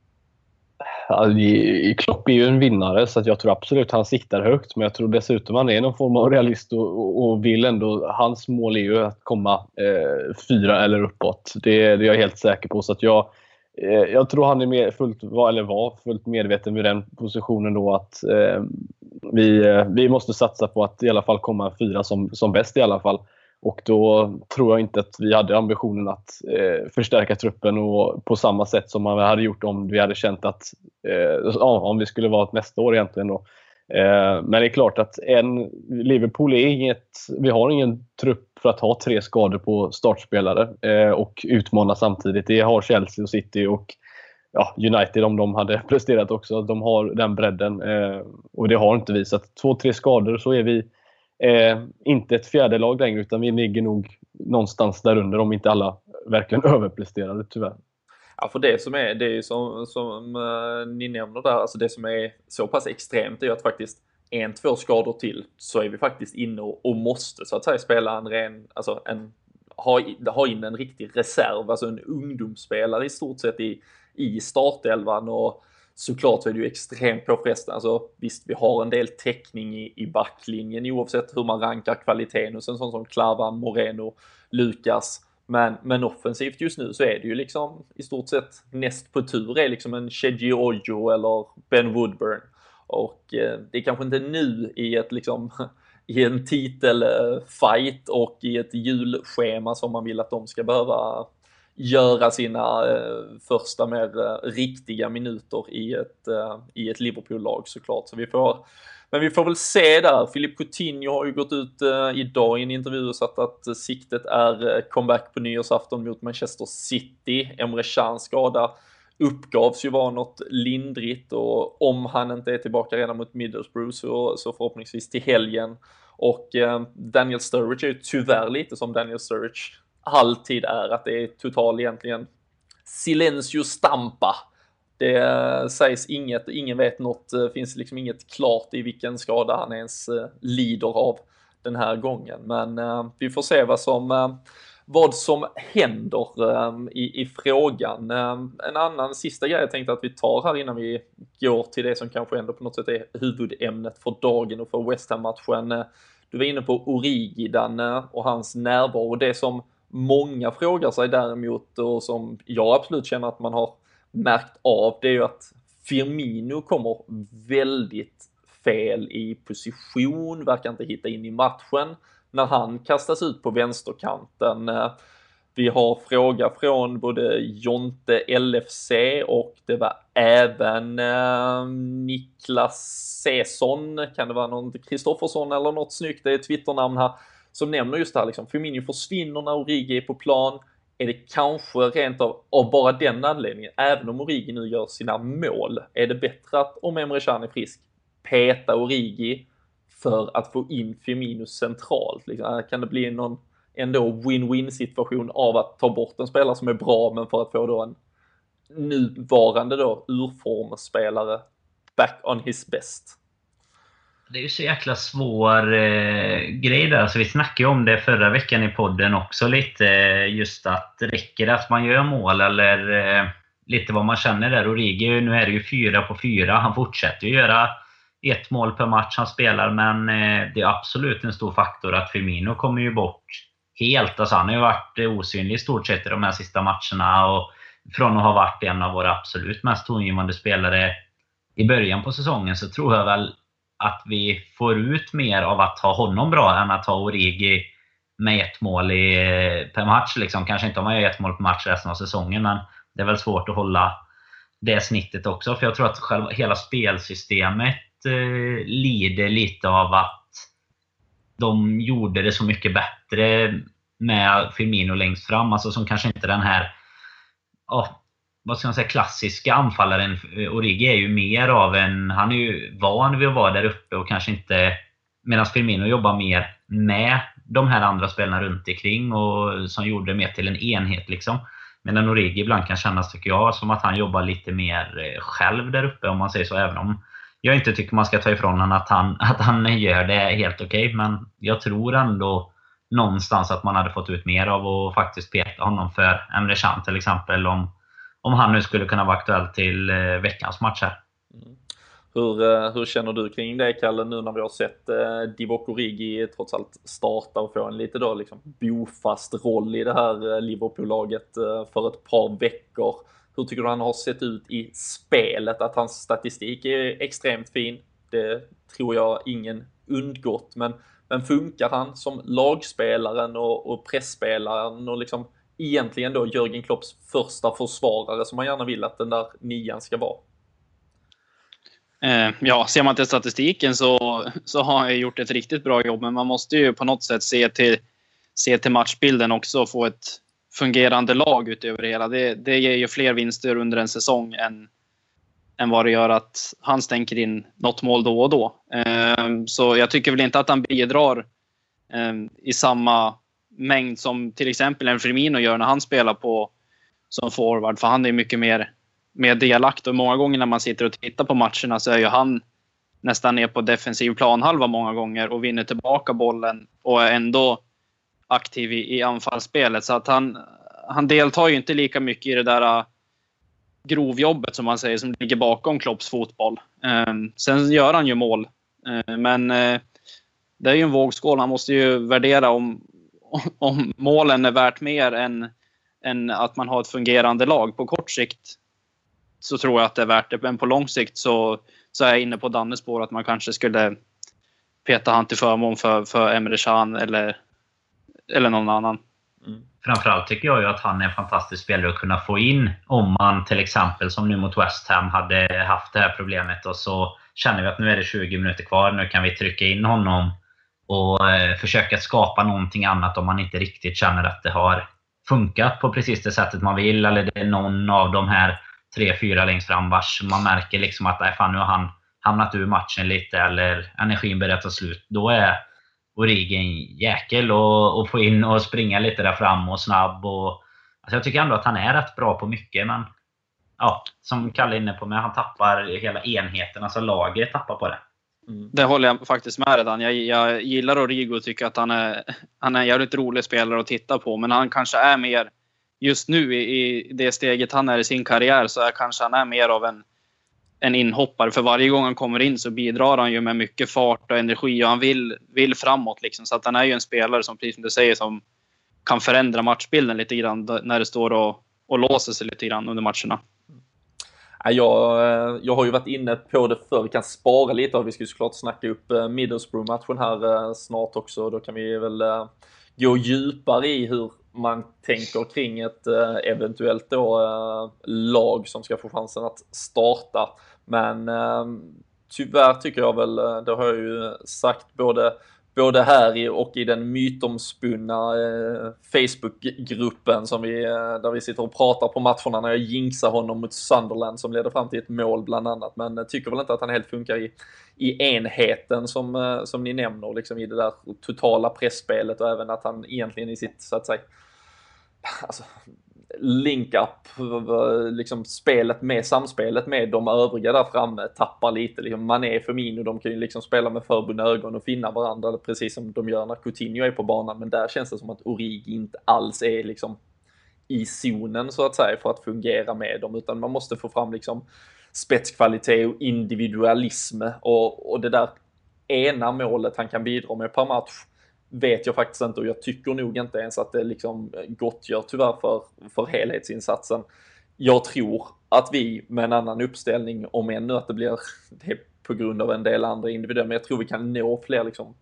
Alltså, Klopp är ju en vinnare, så att jag tror absolut han siktar högt, men jag tror dessutom han är någon form av realist och, och vill ändå, hans mål är ju att komma eh, fyra eller uppåt. Det, det är jag helt säker på, så att jag eh, jag tror han är med, fullt, eller var fullt medveten med den positionen då, att eh, vi, eh, vi måste satsa på att i alla fall komma fyra som, som bäst i alla fall. Och då tror jag inte att vi hade ambitionen att eh, förstärka truppen och på samma sätt som man hade gjort om vi hade känt att eh, ja, om vi skulle vara ett nästa år egentligen då. Eh, men det är klart att en, Liverpool är inget, vi har ingen trupp för att ha tre skador på startspelare eh, och utmana samtidigt. Det har Chelsea och City och ja, United om de hade presterat också. De har den bredden eh, och det har inte vi. Så att två, tre skador så är vi Eh, inte ett fjärde lag längre, utan vi ligger nog någonstans där under, om inte alla verkligen överpresterade tyvärr. Ja, för det som är, det är ju som, som uh, ni nämner där, alltså det som är så pass extremt är ju att faktiskt en, två skador till så är vi faktiskt inne och, och måste så att säga spela en ren, alltså en, ha, ha in en riktig reserv, alltså en ungdomsspelare i stort sett i, i startelvan. Och såklart så är det ju extremt påfrestande. Alltså, visst, vi har en del täckning i, i backlinjen oavsett hur man rankar kvaliteten hos en sån som Klavan, Moreno, Lucas. Men, men offensivt just nu så är det ju liksom i stort sett näst på tur är liksom en Sheji Ojo eller Ben Woodburn. Och eh, det är kanske inte nu i ett liksom i en titelfight och i ett julschema som man vill att de ska behöva göra sina eh, första mer eh, riktiga minuter i ett, eh, i ett Liverpool-lag såklart. Så vi får, men vi får väl se där. Philippe Coutinho har ju gått ut eh, idag i en intervju och sagt att eh, siktet är eh, comeback på nyårsafton mot Manchester City. Emre Cans skada uppgavs ju vara något lindrigt och om han inte är tillbaka redan mot Middlesbrough så, så förhoppningsvis till helgen. Och eh, Daniel Sturridge är ju tyvärr lite som Daniel Sturridge alltid är, att det är total egentligen silencio stampa. Det äh, sägs inget, ingen vet något, äh, finns liksom inget klart i vilken skada han ens äh, lider av den här gången. Men äh, vi får se vad som, äh, vad som händer äh, i, i frågan. Äh, en annan sista grej jag tänkte att vi tar här innan vi går till det som kanske ändå på något sätt är huvudämnet för dagen och för West Ham-matchen. Äh, du var inne på Origi, Danne, och hans närvaro. Det som många frågar sig däremot och som jag absolut känner att man har märkt av, det är ju att Firmino kommer väldigt fel i position, verkar inte hitta in i matchen när han kastas ut på vänsterkanten. Vi har fråga från både Jonte L F C och det var även eh, Niklas Sesson, kan det vara någon Kristoffersson eller något snyggt, det är ett Twitternamn här, som nämner just det här liksom, Firmino försvinner när Origi är på plan. Är det kanske rent av, av bara den anledningen, även om Origi nu gör sina mål, är det bättre att om Emre Can är frisk, peta Origi för att få in Firmino centralt? Liksom, kan det bli någon ändå win-win situation av att ta bort en spelare som är bra men för att få då en nuvarande då urformspelare back on his best? Det är ju så jäkla svår eh, grej där. Så vi snackade om det förra veckan i podden också lite. Eh, just att räcker det att man gör mål eller eh, lite vad man känner där. Origi, nu är det ju fyra på fyra. Han fortsätter ju göra ett mål per match han spelar. Men eh, det är absolut en stor faktor att Firmino kommer ju bort helt. Alltså, han har ju varit eh, osynlig i stort sett i de här sista matcherna. Och från att ha varit en av våra absolut mest tongivande spelare i början på säsongen, så tror jag väl att vi får ut mer av att ha honom bra än att ha Origi med ett mål i, per match. Liksom. Kanske inte om man gör ett mål per match resten av säsongen, men det är väl svårt att hålla det snittet också. För jag tror att själva, hela spelsystemet eh, lider lite av att de gjorde det så mycket bättre med Firmino längst fram. Alltså som kanske inte den här... Oh, vad ska man säga, klassiska anfallaren. Origi är ju mer av en, han är ju van vid att vara där uppe och kanske inte, medan Firmino jobbar mer med de här andra spelarna runt omkring och som gjorde det mer till en enhet liksom. Medan Origi ibland kan kännas, tycker jag, som att han jobbar lite mer själv där uppe, om man säger så, även om jag inte tycker man ska ta ifrån honom att han, att han gör det helt okej, okay, men jag tror ändå någonstans att man hade fått ut mer av att faktiskt peta honom för Emre Can till exempel, om Om han nu skulle kunna vara aktuell till eh, veckans match här. Mm. Hur, eh, hur känner du kring det, Kalle, nu när vi har sett eh, Divock Origi trots allt starta och få en lite då liksom bofast roll i det här eh, Liverpool-laget eh, för ett par veckor? Hur tycker du han har sett ut i spelet? Att hans statistik är extremt fin, det tror jag ingen undgått. Men, men funkar han som lagspelaren och, och pressspelaren och liksom egentligen då Jürgen Klopps första försvarare som man gärna vill att den där nian ska vara? Eh, ja, ser man till statistiken så, så har jag gjort ett riktigt bra jobb. Men man måste ju på något sätt se till, se till matchbilden också och få ett fungerande lag utöver det hela. Det, det ger ju fler vinster under en säsong än, än vad det gör att han stänker in något mål då och då. Eh, så jag tycker väl inte att han bidrar eh, i samma mängd som till exempel en Firmino gör när han spelar på som forward, för han är mycket mer, mer delakt, och många gånger när man sitter och tittar på matcherna så är ju han nästan ner på defensiv planhalva många gånger och vinner tillbaka bollen och är ändå aktiv i, i anfallsspelet, så att han, han deltar ju inte lika mycket i det där grovjobbet som man säger som ligger bakom Klopps fotboll. Um, sen gör han ju mål, uh, men uh, det är ju en vågskål. Han måste ju värdera om om målen är värt mer än, än att man har ett fungerande lag på kort sikt, så tror jag att det är värt det. Men på lång sikt så, så är jag inne på Dannes spår att man kanske skulle peta han till förmån för, för Emre Can eller, eller någon annan. Mm. Framförallt tycker jag ju att han är en fantastisk spelare att kunna få in om man till exempel som nu mot West Ham hade haft det här problemet och så känner vi att nu är det tjugo minuter kvar, nu kan vi trycka in honom och eh, försöka skapa någonting annat om man inte riktigt känner att det har funkat på precis det sättet man vill, eller det är någon av de här tre, fyra längst fram vars man märker liksom att nej, fan, nu har han hamnat ur matchen lite eller energin börjar ta slut. Då är Origi en jäkel och, och få in och springa lite där fram och snabb. Och, alltså jag tycker ändå att han är rätt bra på mycket, men ja, som Kalle är inne på, men han tappar hela enheten, alltså laget tappar på det. Mm. Det håller jag faktiskt med redan. Jag, jag gillar Origi och tycker att han är, han är en jävligt rolig spelare att titta på, men han kanske är mer just nu i, i det steget han är i sin karriär, så är kanske han är mer av en en inhoppare. För varje gång han kommer in så bidrar han ju med mycket fart och energi och han vill, vill framåt liksom. Så att han är ju en spelare som, precis som du säger, som kan förändra matchbilden lite grann när det står och, och låser sig lite grann under matcherna. Jag, jag har ju varit inne på det för vi kan spara lite och vi ska ju såklart snacka upp Middlesbrough-matchen här snart också. Då kan vi väl gå djupare i hur man tänker kring ett eventuellt då lag som ska få chansen att starta. Men tyvärr tycker jag väl, det har jag ju sagt både både här i och i den mytomspunna eh, Facebook-gruppen som vi, där vi sitter och pratar på matcherna när jag jinxar honom mot Sunderland som leder fram till ett mål bland annat. Men jag tycker väl inte att han helt funkar i, i enheten som, eh, som ni nämner, liksom i det där totala pressspelet, och även att han egentligen i sitt, så att säga, alltså, link-up, liksom spelet med samspelet med de övriga där framme tappar lite. Liksom Mané, Firmino, de kan ju liksom spela med förbundna ögon och finna varandra precis som de gör när Coutinho är på banan, men där känns det som att Origi inte alls är liksom i zonen så att säga för att fungera med dem, utan man måste få fram liksom spetskvalitet och individualism, och, och det där ena målet han kan bidra med per match vet jag faktiskt inte, och jag tycker nog inte ens att det liksom gottgör tyvärr för, för helhetsinsatsen. Jag tror att vi med en annan uppställning, om ännu att det blir det på grund av en del andra individer, men jag tror vi kan nå fler liksom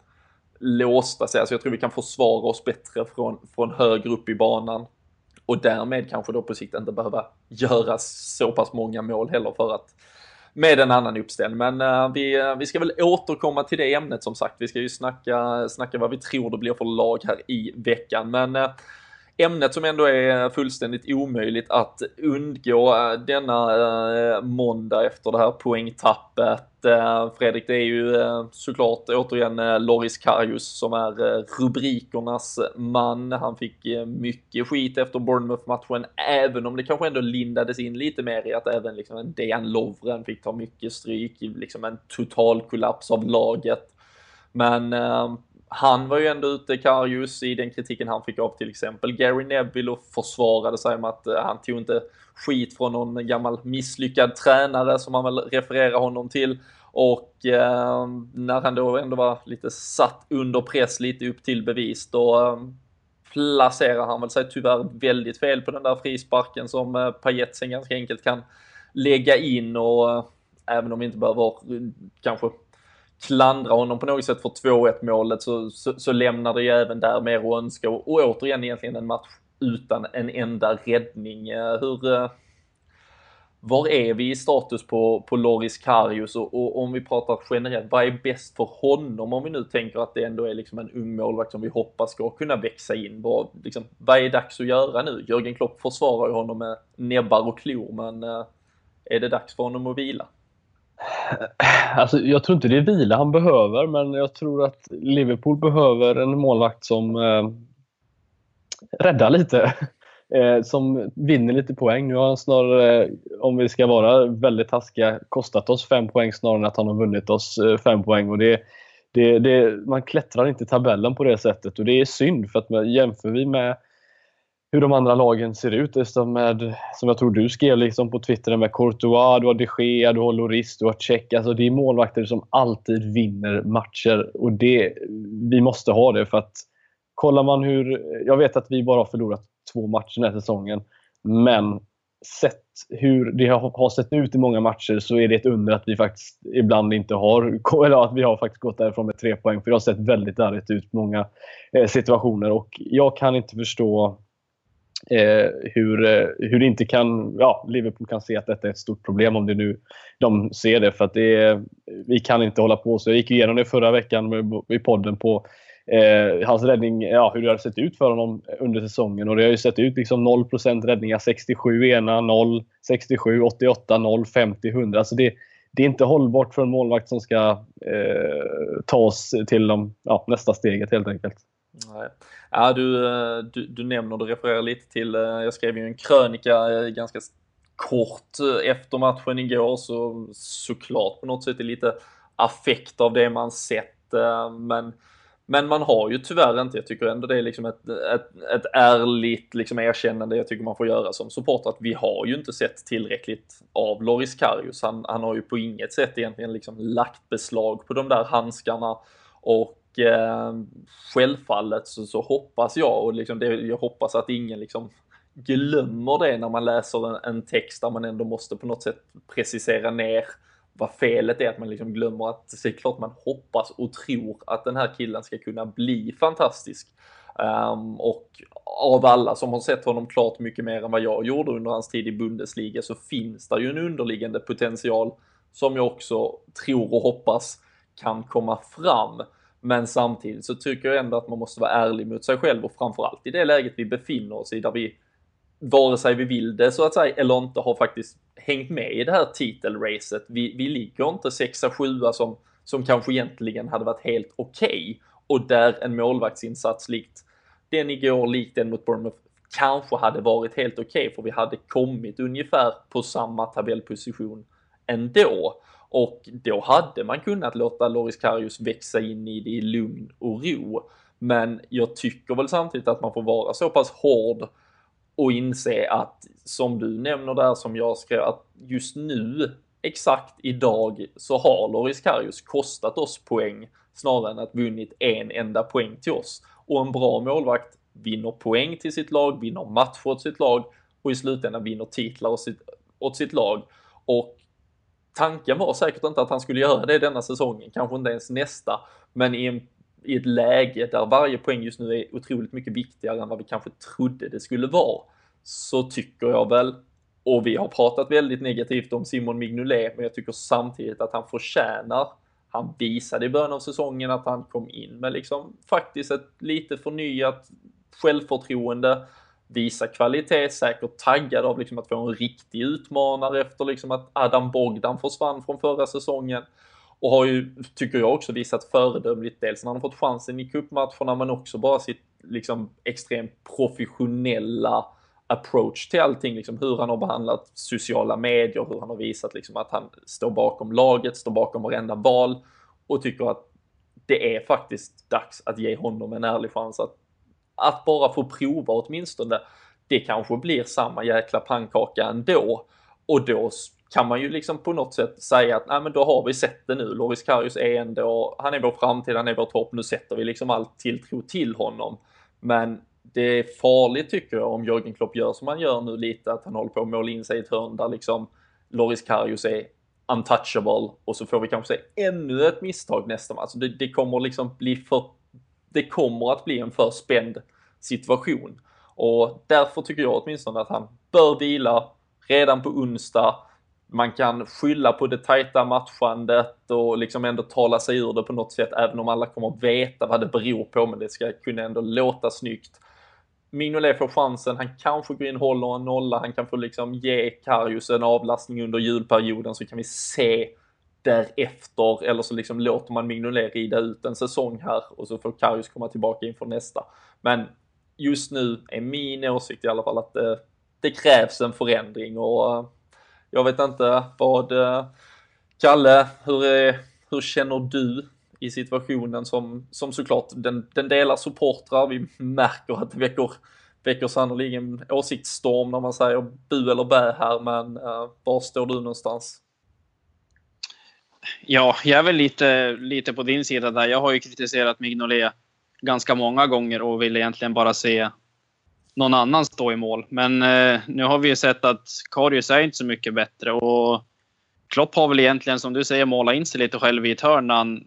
låsta sig. Alltså jag tror vi kan försvara oss bättre från, från högre upp i banan, och därmed kanske då på sikt inte behöva göra så pass många mål heller för att med en annan uppställning. Men uh, vi, uh, vi ska väl återkomma till det ämnet som sagt. Vi ska ju snacka, snacka vad vi tror det blir för lag här i veckan. Men uh, ämnet som ändå är fullständigt omöjligt att undgå uh, denna uh, måndag efter det här poängtappet. Uh, Fredrik, det är ju uh, såklart återigen uh, Loris Karius som är uh, rubrikernas man. Han fick uh, mycket skit efter Bournemouth-matchen, även om det kanske ändå lindades in lite mer i att även liksom en Dejan Lovren fick ta mycket stryk, liksom en total kollaps av laget. Men uh, han var ju ändå ute, Karius, i den kritiken han fick av till exempel Gary Neville, och försvarade sig med att uh, han tog inte skit från någon gammal misslyckad tränare som man väl refererar honom till. Och eh, när han då ändå var lite satt under press, lite upp till bevis, då eh, placerar han väl sig tyvärr väldigt fel på den där frisparken som eh, Payet sen ganska enkelt kan lägga in. Och eh, även om vi inte behöver eh, kanske klandra honom på något sätt för två ett målet, så, så, så lämnar det ju även där mer att önska. Och, och återigen egentligen en match utan en enda räddning. Hur, var är vi i status på, på Loris Karius, och, och om vi pratar generellt, vad är bäst för honom om vi nu tänker att det ändå är liksom en ung målvakt som vi hoppas ska kunna växa in? Vad, liksom, vad är dags att göra nu? Jürgen Klopp försvarar ju honom med näbbar och klor, men är det dags för honom att vila? Alltså, jag tror inte det är vila han behöver, men jag tror att Liverpool behöver en målvakt som eh, räddar lite. Eh, som vinner lite poäng. Nu har han snarare, eh, om vi ska vara väldigt taskiga, kostat oss fem poäng snarare än att han har vunnit oss eh, fem poäng. Och det, det, det, man klättrar inte tabellen på det sättet, och det är synd, för att man, jämför vi med hur de andra lagen ser ut, det som, med, som jag tror du skrev liksom på Twitter med Courtois, du har De Gea, du har Lloris, du har Cech. Alltså det är målvakter som alltid vinner matcher, och det, vi måste ha det, för att kollar man hur... Jag vet att vi bara har förlorat två matcher den här säsongen. Men sett hur det har, har sett ut i många matcher så är det ett under att vi faktiskt ibland inte har... Eller att vi har faktiskt gått därifrån med tre poäng. För det har sett väldigt ärligt ut i många eh, situationer. Och jag kan inte förstå... Eh, hur, eh, hur det inte kan, ja, Liverpool kan se att detta är ett stort problem om det nu de ser det, för att det är, vi kan inte hålla på så. Jag gick igenom det förra veckan med, i podden på eh, hans räddning, ja, hur det har sett ut för honom under säsongen, och det har ju sett ut liksom noll procent räddningar, sextiosju ena, noll, sextiosju, åttioåtta, noll, femtio, hundra. Alltså det, det är inte hållbart för en målvakt som ska eh, ta oss till de, ja, nästa steget helt enkelt. Nej. Ja, du, du, du nämner, du refererar lite till, jag skrev ju en krönika ganska kort efter matchen igår, så såklart på något sätt är lite affekt av det man sett, men, men man har ju tyvärr inte, jag tycker ändå det är liksom ett, ett, ett ärligt liksom erkännande jag tycker man får göra som supporter, att vi har ju inte sett tillräckligt av Loris Karius. Han, han har ju på inget sätt egentligen liksom lagt beslag på de där handskarna, och Eh, självfallet så, så hoppas jag, och liksom det, jag hoppas att ingen liksom glömmer det när man läser en, en text där man ändå måste på något sätt precisera ner vad felet är, att man liksom glömmer att det är klart man hoppas och tror att den här killen ska kunna bli fantastisk. Um, och av alla som har sett honom klart mycket mer än vad jag gjorde under hans tid i Bundesliga, så finns det ju en underliggande potential som jag också tror och hoppas kan komma fram. Men samtidigt så tycker jag ändå att man måste vara ärlig mot sig själv, och framförallt i det läget vi befinner oss i, där vi, vare sig vi vill det så att säga eller inte, har faktiskt hängt med i det här titelracet. Vi, vi ligger inte sexa sjua som, som kanske egentligen hade varit helt okej, okay, och där en målvaktsinsats likt den igår, likt den mot Bournemouth, kanske hade varit helt okej, okay, för vi hade kommit ungefär på samma tabellposition ändå. Och då hade man kunnat låta Loris Karius växa in i det i lugn och ro. Men jag tycker väl samtidigt att man får vara så pass hård och inse att, som du nämner där, som jag skrev, att just nu, exakt idag, så har Loris Karius kostat oss poäng snarare än att vunnit en enda poäng till oss. Och en bra målvakt vinner poäng till sitt lag, vinner matcher åt sitt lag, och i slutändan vinner titlar åt sitt, åt sitt lag. Och tanken var säkert inte att han skulle göra det denna säsongen, kanske inte ens nästa, men i, en, i ett läge där varje poäng just nu är otroligt mycket viktigare än vad vi kanske trodde det skulle vara, så tycker jag väl, och vi har pratat väldigt negativt om Simon Mignolet, men jag tycker samtidigt att han förtjänar, han visade i början av säsongen att han kom in med liksom faktiskt ett lite förnyat självförtroende, visa kvalitet, säkert taggad av liksom att få en riktig utmanare efter liksom att Adam Bogdan försvann från förra säsongen, och har ju, tycker jag, också visat föredömligt, dels när han har fått chansen i cupmatcherna, men också bara sitt liksom extremt professionella approach till allting, liksom hur han har behandlat sociala medier, hur han har visat liksom att han står bakom laget, står bakom varenda val, och tycker att det är faktiskt dags att ge honom en ärlig chans att Att bara få prova åtminstone. Det kanske blir samma jäkla pannkaka ändå. Och då kan man ju liksom på något sätt säga att nej, men då har vi sett det nu. Loris Karius är ändå, han är vår framtid, han är vår topp. Nu sätter vi liksom allt tilltro till honom. Men det är farligt, tycker jag, om Jürgen Klopp gör som han gör nu lite. Att han håller på att måla in sig i ett hörn där liksom Loris Karius är untouchable. Och så får vi kanske se ännu ett misstag nästa match. Det, det kommer liksom bli för Det kommer att bli en för spänd situation. Och därför tycker jag åtminstone att han bör vila redan på onsdag. Man kan skylla på det tajta matchandet och liksom ändå tala sig ur det på något sätt, även om alla kommer att veta vad det beror på, men det ska kunna ändå låta snyggt. Mignolet får chansen, han kanske går in, håller en nolla, han kan få liksom ge Karius en avlastning under julperioden, så kan vi se därefter, eller så liksom låter man Mignolet rida ut en säsong här och så får Karius komma tillbaka inför nästa. Men just nu är min åsikt i alla fall att det, det krävs en förändring, och jag vet inte vad, Kalle, hur, är, hur känner du i situationen som, som såklart den, den delar supportrar, vi märker att det väcker, väcker sannoliken åsiktsstorm när man säger bu eller bä här, men uh, var står du någonstans? Ja, jag är väl lite, lite på din sida där. Jag har ju kritiserat Mignolet ganska många gånger och ville egentligen bara se någon annan stå i mål. Men eh, nu har vi ju sett att Karius är inte så mycket bättre och Klopp har väl egentligen, som du säger, målat in sig lite själv i ett hörn när han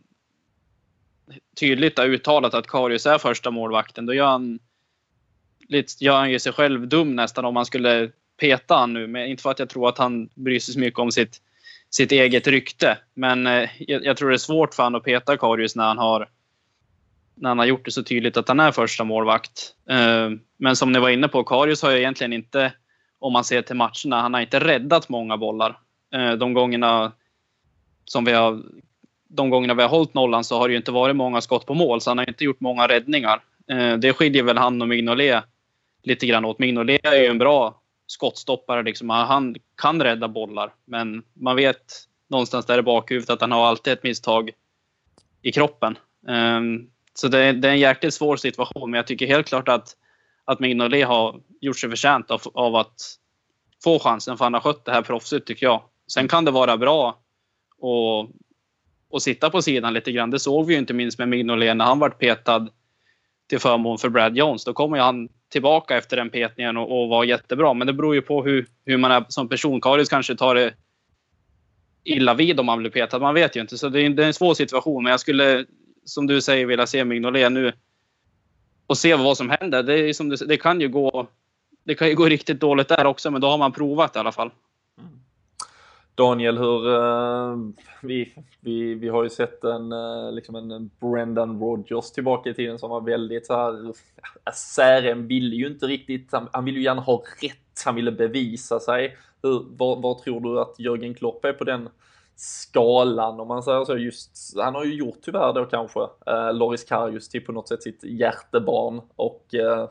tydligt har uttalat att Karius är första målvakten. Då gör han, lite, gör han ju sig själv dum nästan om man skulle peta han nu. Men inte för att jag tror att han bryr sig så mycket om sitt, sitt eget rykte. Men eh, jag, jag tror det är svårt för han att peta Karius när han har när han har gjort det så tydligt att han är första målvakt. Eh, men som ni var inne på, Karius har ju egentligen inte, om man ser till matcherna, han har inte räddat många bollar. Eh, de gångerna som vi har de gångerna vi har hållit nollan så har det ju inte varit många skott på mål, så han har inte gjort många räddningar. Eh, det skiljer väl han och Mignolet lite grann åt. Mignolet är ju en bra skottstoppare liksom. Han kan rädda bollar, men man vet någonstans där i bakhuvudet att han har alltid ett misstag i kroppen. Eh, så det är, det är en jäkligt svår situation, men jag tycker helt klart att, att Mignolet har gjort sig förtjänt av, av att få chansen, för han har skött det här proffsigt, tycker jag. Sen kan det vara bra och och sitta på sidan lite grann. Det såg vi ju inte minst med Mignolet när han var petad till förmån för Brad Jones. Då kommer ju han tillbaka efter den petningen och, och var jättebra. Men det beror ju på hur, hur man är som person. Karius kanske tar det illa vid om man blir petad. Man vet ju inte. Så det är, det är en svår situation. Men jag skulle, som du säger, vilja se Mignolet nu och se vad som händer. Det, är som du, det, kan ju gå, det kan ju gå riktigt dåligt där också, men då har man provat i alla fall. Mm. Daniel, hur uh, vi, vi, vi har ju sett en, uh, liksom en Brendan Rodgers tillbaka i tiden som var väldigt så här, Sären ville ju inte riktigt, han, han ville ju gärna ha rätt, han ville bevisa sig. Hur, vad, vad tror du att Jürgen Klopp är på den skalan, om man säger så? Just, han har ju gjort tyvärr då kanske uh, Loris Karius till på något sätt sitt hjärtebarn och uh,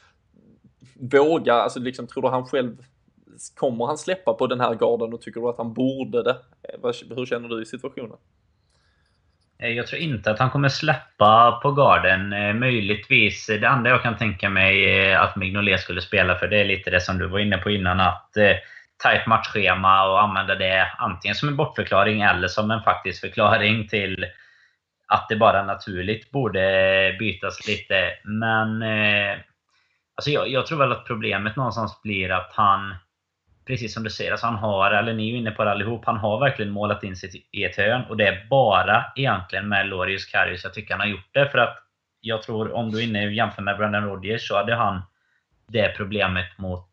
våga, alltså liksom, tror du han själv, kommer han släppa på den här garden och tycker du att han borde det? Hur känner du i situationen? Jag tror inte att han kommer släppa på garden. Möjligtvis, det enda jag kan tänka mig är att Mignolet skulle spela, för det är lite det som du var inne på innan, att eh, ta ett matchschema och använda det antingen som en bortförklaring eller som en faktisk förklaring till att det bara naturligt borde bytas lite. Men eh, alltså jag, jag tror väl att problemet någonstans blir att han, precis som du säger, alltså han har, eller ni är ju inne på det allihop, han har verkligen målat in sig i ett hörn. Och det är bara egentligen med Loris Karius jag tycker han har gjort det. För att jag tror, om du är inne och jämför med Brendan Rodgers, så hade han det problemet mot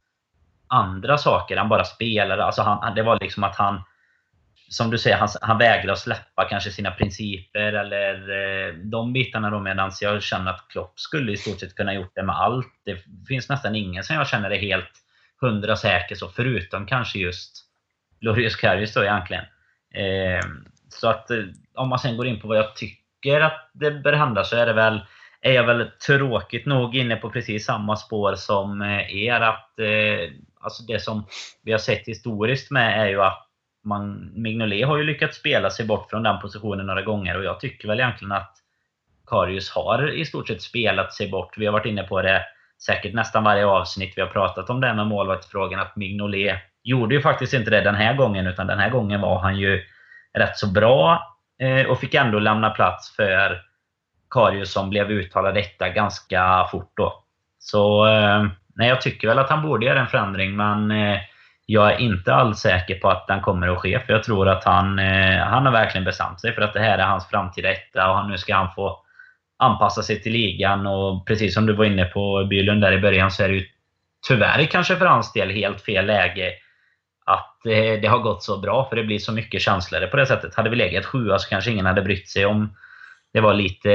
andra saker. Han bara spelade, alltså han, det var liksom att han, som du säger, han, han vägrade att släppa kanske sina principer eller eh, de bitarna då, medan jag känner att Klopp skulle i stort sett kunna gjort det med allt. Det finns nästan ingen som jag känner är helt hundra säker så, förutom kanske just Loris Karius då egentligen. Eh, så att eh, om man sen går in på vad jag tycker att det bör hända, så är det väl, är jag väl tråkigt nog inne på precis samma spår som eh, er, att eh, alltså det som vi har sett historiskt med är ju att man, Mignolet har ju lyckats spela sig bort från den positionen några gånger, och jag tycker väl egentligen att Karius har i stort sett spelat sig bort. Vi har varit inne på det säkert nästan varje avsnitt vi har pratat om det med målvaktsfrågan, att Mignolet gjorde ju faktiskt inte det den här gången, utan den här gången var han ju rätt så bra eh, och fick ändå lämna plats för Karius som blev uttalad detta ganska fort då. Så eh, nej, jag tycker väl att han borde göra en förändring, men eh, jag är inte alls säker på att den kommer att ske, för jag tror att han, eh, han har verkligen bestämt sig för att det här är hans framtida etta, och nu ska han få anpassa sig till ligan. Och precis som du var inne på, Bylund, där i början, så är det ju tyvärr kanske för hans del helt fel läge att eh, det har gått så bra, för det blir så mycket känslor på det sättet. Hade vi legat sjua så kanske ingen hade brytt sig om det var lite,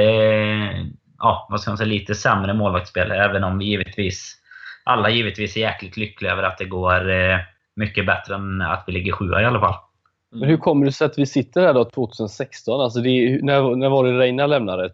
ja, vad ska man säga, lite sämre målvaktsspel, även om vi givetvis, alla givetvis är jäkligt lyckliga över att det går eh, mycket bättre än att vi ligger sjua i alla fall. Men hur kommer det sig att vi sitter här då tjugohundrasexton? Alltså det, när, när var det Reina lämnade?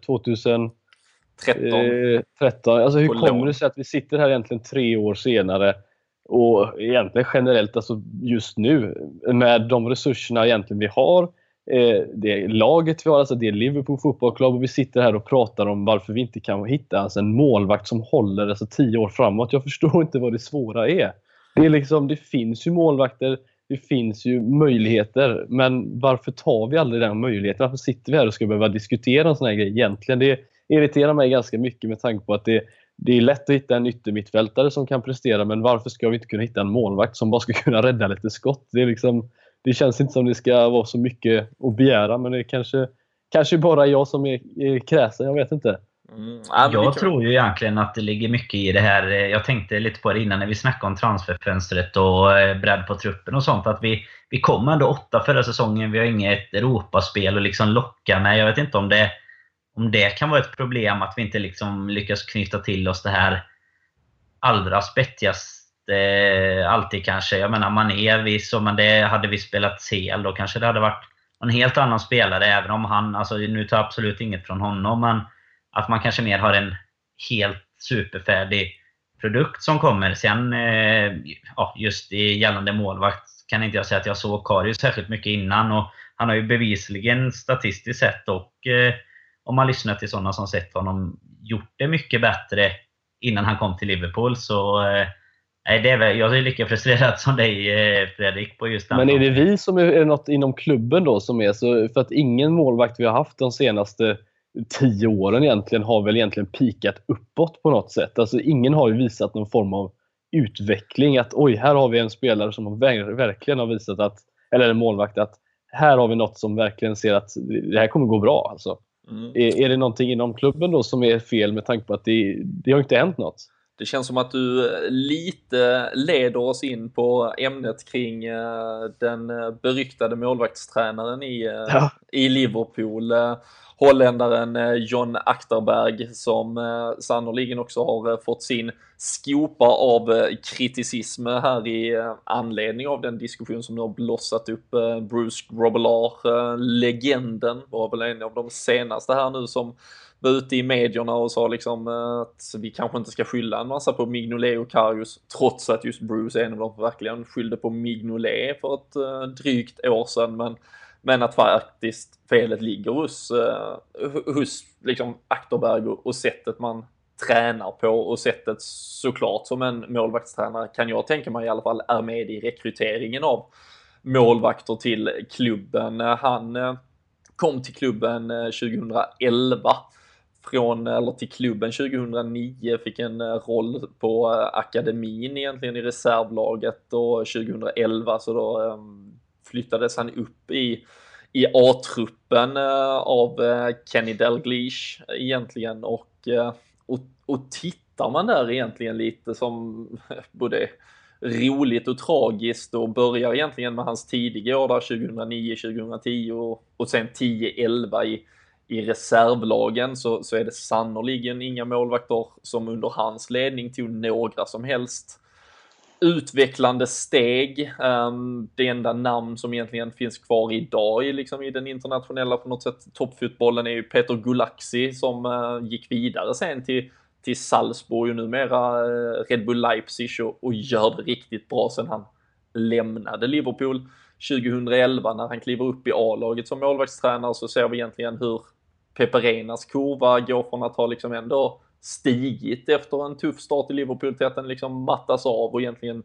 tjugohundratretton. Alltså hur kommer det sig att vi sitter här egentligen tre år senare och egentligen generellt, alltså just nu, med de resurserna egentligen vi har, eh, det laget vi har, alltså det är Liverpool fotbollsklubb, och vi sitter här och pratar om varför vi inte kan hitta alltså en målvakt som håller alltså tio år framåt. Jag förstår inte vad det svåra är. Det är liksom, det finns ju målvakter det finns ju möjligheter, men varför tar vi aldrig den möjligheten? Varför sitter vi här och ska behöva diskutera en sån här grej egentligen? Det irriterar mig ganska mycket med tanke på att det, det är lätt att hitta en yttermittfältare som kan prestera, men varför ska vi inte kunna hitta en målvakt som bara ska kunna rädda lite skott? Det är liksom, det känns inte som det ska vara så mycket att begära, men det är kanske, kanske bara jag som är, är kräsen, jag vet inte. Mm. Ja, jag kan... tror ju egentligen att det ligger mycket i det här. Jag tänkte lite på det innan när vi snackade om transferfönstret och bredd på truppen och sånt, att vi, vi kom ändå åtta förra säsongen. Vi har inget Europaspel och liksom locka med. Jag vet inte om det, om det kan vara ett problem att vi inte liksom lyckas knyta till oss det här allra spettigaste alltid kanske. Jag menar, man är vi så, men det hade vi spelat C L då kanske det hade varit en helt annan spelare, även om han, alltså nu tar jag absolut inget från honom, men att man kanske mer har en helt superfärdig produkt som kommer. Sen eh, ja, just i gällande målvakt kan inte jag säga att jag såg Karius särskilt mycket innan. Och han har ju bevisligen statistiskt sett och eh, om man lyssnar till sådana som sett honom gjort det mycket bättre innan han kom till Liverpool. Så eh, det är väl, jag är lika frustrerad som dig eh, Fredrik på just den. Men är det vi som är, är det något inom klubben då som är så, för att ingen målvakt vi har haft de senaste tio åren egentligen har väl egentligen pikat uppåt på något sätt. Alltså ingen har ju visat någon form av utveckling, att oj, här har vi en spelare som verkligen har visat att, eller en målvakt, att här har vi något som verkligen ser att det här kommer gå bra alltså. Mm. Är, är det någonting inom klubben då som är fel med tanke på att det, det har inte hänt något? Det känns som att du lite leder oss in på ämnet kring den beryktade målvaktstränaren i, ja. i Liverpool. Holländaren John Achterberg, som sannoliken också har fått sin skopa av kriticism här i anledning av den diskussion som nu har blossat upp. Bruce Grobbelaar, legenden, var väl en av de senaste här nu som var ute i medierna och sa liksom att vi kanske inte ska skylla en massa på Mignolet och Karius, trots att just Bruce är en av dem som verkligen skyllde på Mignolet för ett drygt år sedan, men Men att faktiskt felet ligger hos, uh, hos liksom Achterberg och, och sättet man tränar på, och sättet såklart som en målvaktstränare kan jag tänka mig i alla fall är med i rekryteringen av målvakter till klubben. Han uh, kom till klubben uh, tjugohundraelva, från, eller till klubben tjugohundranio, fick en uh, roll på uh, akademin egentligen i reservlaget, och tjugohundraelva så då um, flyttades han upp i, i A-truppen uh, av uh, Kenny Dalglish egentligen, och, uh, och, och tittar man där egentligen lite som både roligt och tragiskt, och börjar egentligen med hans tidiga år där tjugohundranio tjugohundratio och, och sen tio elva i, i reservlagen, så, så är det sannoliken inga målvakter som under hans ledning tog några som helst utvecklande steg. Um, det enda namn som egentligen finns kvar idag i, liksom, i den internationella på något sätt toppfotbollen är ju Peter Gulaxi, som uh, gick vidare sen till, till Salzburg och numera uh, Red Bull Leipzig, och, och gör det riktigt bra sen han lämnade Liverpool tjugohundraelva. När han kliver upp i A-laget som målvaktstränare så ser vi egentligen hur Pepe Reinas kurva går från att ha liksom ändå stigit efter en tuff start i Liverpool till att den liksom mattas av och egentligen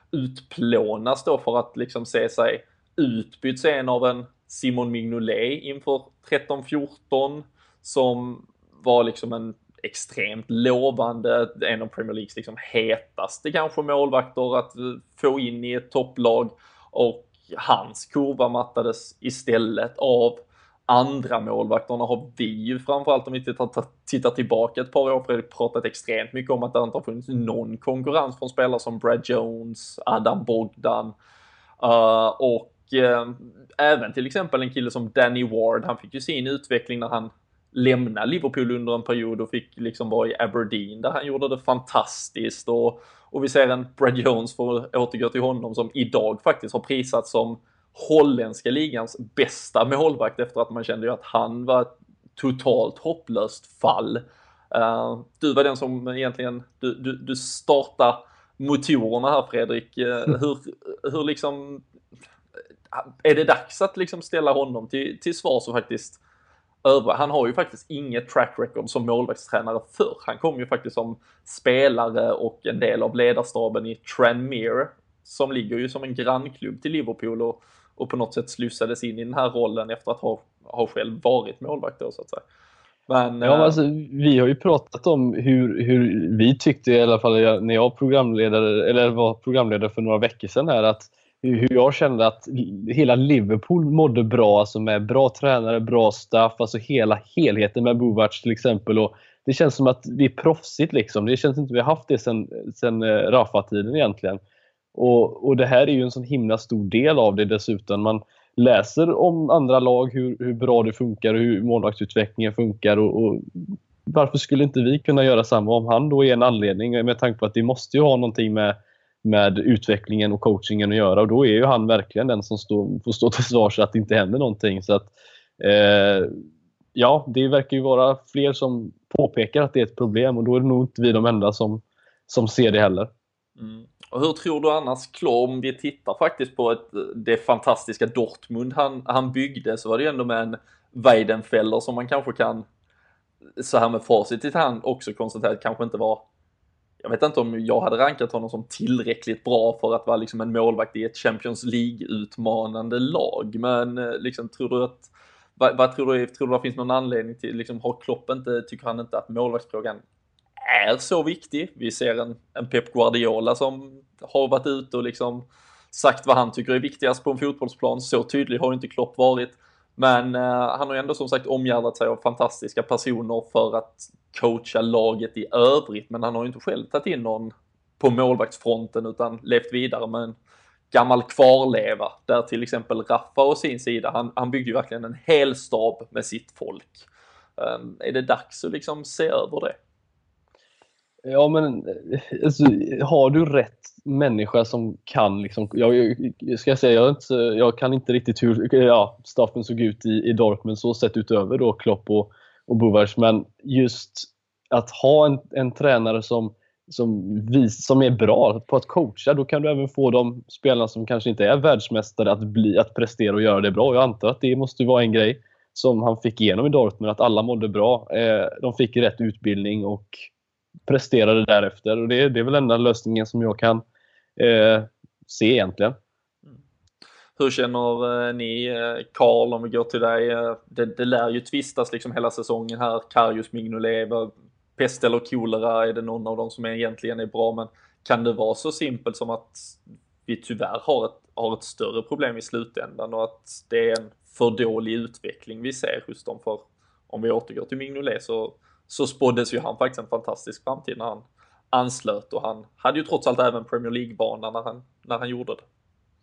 utplånas då för att liksom se sig utbytt sen av en Simon Mignolet inför tretton fjorton, som var liksom en extremt lovande, en av Premier Leagues liksom hetaste kanske målvakter att få in i ett topplag, och hans kurva mattades istället av andra målvakterna. Har vi ju framförallt, om vi tittar, tittar tillbaka ett par år, Fredrik, pratat extremt mycket om att det inte har funnits någon konkurrens från spelare som Brad Jones, Adam Bogdan uh, och uh, även till exempel en kille som Danny Ward. Han fick ju sin utveckling när han lämnade Liverpool under en period och fick liksom vara i Aberdeen där han gjorde det fantastiskt, och, och vi ser en Brad Jones, för att återgå till honom, som idag faktiskt har prisats som holländska ligans bästa målvakt efter att man kände ju att han var ett totalt hopplöst fall. Uh, du var den som egentligen du, du, du startade motorerna här, Fredrik. Uh, hur, hur liksom är det dags att liksom ställa honom till, till svar så faktiskt över. Han har ju faktiskt inget track record som målvaktstränare för. Han kom ju faktiskt som spelare och en del av ledarstaben i Tranmere som ligger ju som en grannklubb till Liverpool och, och på något sätt slussades in i den här rollen efter att ha, ha själv varit målvakt då, så att säga. Men, ja, alltså, vi har ju pratat om hur, hur vi tyckte, i alla fall när jag programledare, eller var programledare för några veckor sedan här, att hur jag kände att hela Liverpool mådde bra, alltså med bra tränare, bra staff, alltså hela helheten med Bovac till exempel. Och det känns som att vi är proffsigt liksom. Det känns inte vi har haft det sen, sen Rafa-tiden egentligen. Och, och det här är ju en sån himla stor del av det dessutom. Man läser om andra lag, hur, hur bra det funkar och hur målvaktsutvecklingen funkar. Och, och varför skulle inte vi kunna göra samma om han då är en anledning, med tanke på att det måste ju ha någonting med med utvecklingen och coachingen att göra, och då är ju han verkligen den som stå, får stå till svars att det inte händer någonting. Så att eh, ja, det verkar ju vara fler som påpekar att det är ett problem, och då är det nog inte vi de enda som, som ser det heller. Mm. Och hur tror du annars, Klopp, om vi tittar faktiskt på ett, det fantastiska Dortmund han, han byggde, så var det ju ändå med en Weidenfeller som man kanske kan så här med facit i hand också konstatera att kanske inte var, jag vet inte om jag hade rankat honom som tillräckligt bra för att vara liksom en målvakt i ett Champions League-utmanande lag. Men liksom, tror du att, vad, vad tror du, tror du det finns någon anledning till, liksom, har Klopp inte, tycker han inte att målvaktsfrågan är så viktig? Vi ser en, en Pep Guardiola som har varit ute och liksom sagt vad han tycker är viktigast på en fotbollsplan. Så tydlig har inte Klopp varit. Men uh, han har ju ändå som sagt omgärdat sig av fantastiska personer för att coacha laget i övrigt. Men han har ju inte själv tagit in någon på målvaktsfronten utan levt vidare med en gammal kvarleva. Där till exempel Rafa och sin sida, han, han byggde ju verkligen en hel stab med sitt folk. Um, är det dags att liksom se över det? Ja, men alltså, har du rätt människa som kan liksom, jag, jag ska säga jag, inte, jag kan inte riktigt hur ja, staffen såg ut i, i Dortmund så sett utöver då Klopp och, och Bovac, men just att ha en, en tränare som som, vis, som är bra på att coacha, då kan du även få de spelarna som kanske inte är världsmästare att, bli, att prestera och göra det bra. Jag antar att det måste vara en grej som han fick igenom i Dortmund, att alla mådde bra, eh, de fick rätt utbildning och presterade därefter, och det, det är väl enda lösningen som jag kan eh, se egentligen. Mm. Hur känner eh, ni, Karl, om vi går till dig? Eh, det, det lär ju tvistas liksom hela säsongen här. Karius, Mignolet, pest eller kolera, är det någon av dem som egentligen är bra, men kan det vara så simpelt som att vi tyvärr har ett, har ett större problem i slutändan och att det är en för dålig utveckling vi ser hos dem? För om vi återgår till Mignolet så så spåddes ju han faktiskt en fantastisk framtid när han anslöt, och han hade ju trots allt även Premier League-bana när han, när han gjorde det.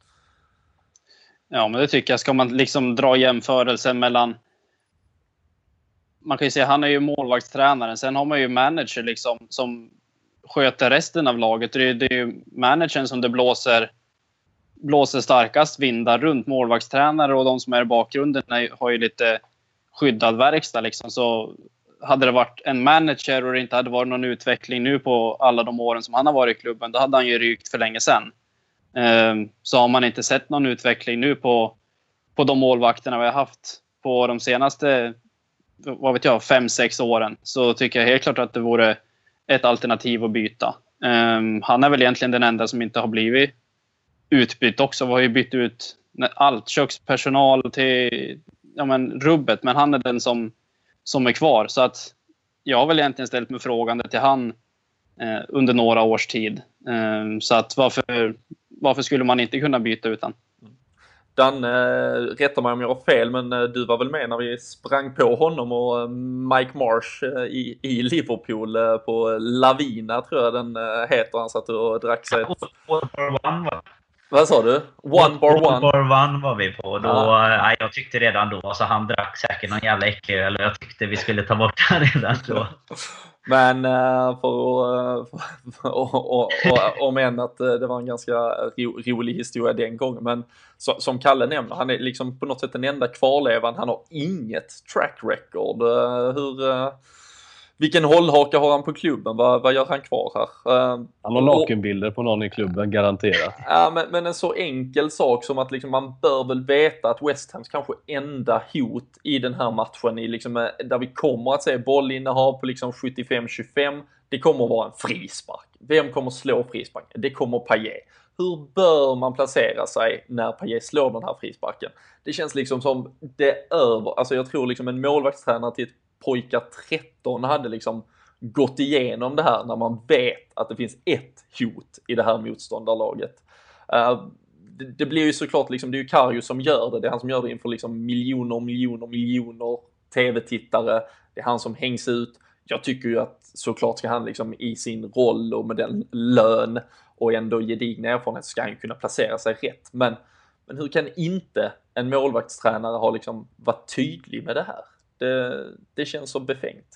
Ja, men det tycker jag, ska man liksom dra jämförelsen mellan, man kan ju säga han är ju målvaktstränaren, sen har man ju manager liksom som sköter resten av laget. Det är, det är ju managern som det blåser blåser starkast vindar runt. Målvaktstränare och de som är i bakgrunden har ju lite skyddad verkstad liksom. Så hade det varit en manager och det inte hade varit någon utveckling nu på alla de åren som han har varit i klubben, då hade han ju rykt för länge sedan. Så har man inte sett någon utveckling nu på, på de målvakterna vi har haft på de senaste, vad vet jag, fem, sex åren, så tycker jag helt klart att det vore ett alternativ att byta. Han är väl egentligen den enda som inte har blivit utbytt också. Vi har ju bytt ut allt, kökspersonal till ja, men, rubbet, men han är den som som är kvar. Så att jag har väl egentligen ställt mig frågande till han eh, under några års tid. Eh, så att varför, varför skulle man inte kunna byta utan? Dan, eh, rätta mig om jag har fel, men eh, du var väl med när vi sprang på honom och eh, Mike Marsh eh, i, i Liverpool eh, på Lavina, tror jag den eh, heter. Han satt och drack sig ett... Vad sa du? One bar one. One bar one var vi på. Då, ja. Ja, jag tyckte redan då, alltså han drack säkert någon jävla äcklig, eller jag tyckte vi skulle ta bort det redan då. Men för, för och, och, och, om än att det var en ganska ro, rolig historia den gången, men så, som Kalle nämnde, han är liksom på något sätt den enda kvarlevan. Han har inget track record. Hur... Vilken hållhaka har han på klubben? Vad, vad gör han kvar här? Uh, han har nakenbilder på någon i klubben, garanterat. Ja, men, men en så enkel sak som att liksom, man bör väl veta att West Hams kanske enda hot i den här matchen, i liksom, där vi kommer att se bollinnehav på liksom sjuttiofem tjugofem, det kommer att vara en frispark. Vem kommer slå frispark? Det kommer Payet. hur bör man placera sig när Payet slår den här frisparken? Det känns liksom som det är över, alltså jag tror liksom en målvaktstränare till ett pojkar tretton hade liksom gått igenom det här när man vet att det finns ett hot i det här motståndarlaget. Uh, det, det blir ju såklart liksom, det är ju Karius som gör det, det är han som gör det inför liksom miljoner, miljoner, miljoner tv-tittare, det är han som hängs ut. Jag tycker ju att såklart ska han liksom i sin roll och med den lön och ändå gedigna erfarenhet ska han kunna placera sig rätt. Men, men hur kan inte en målvaktstränare ha liksom varit tydlig med det här? Det, det känns så befängt.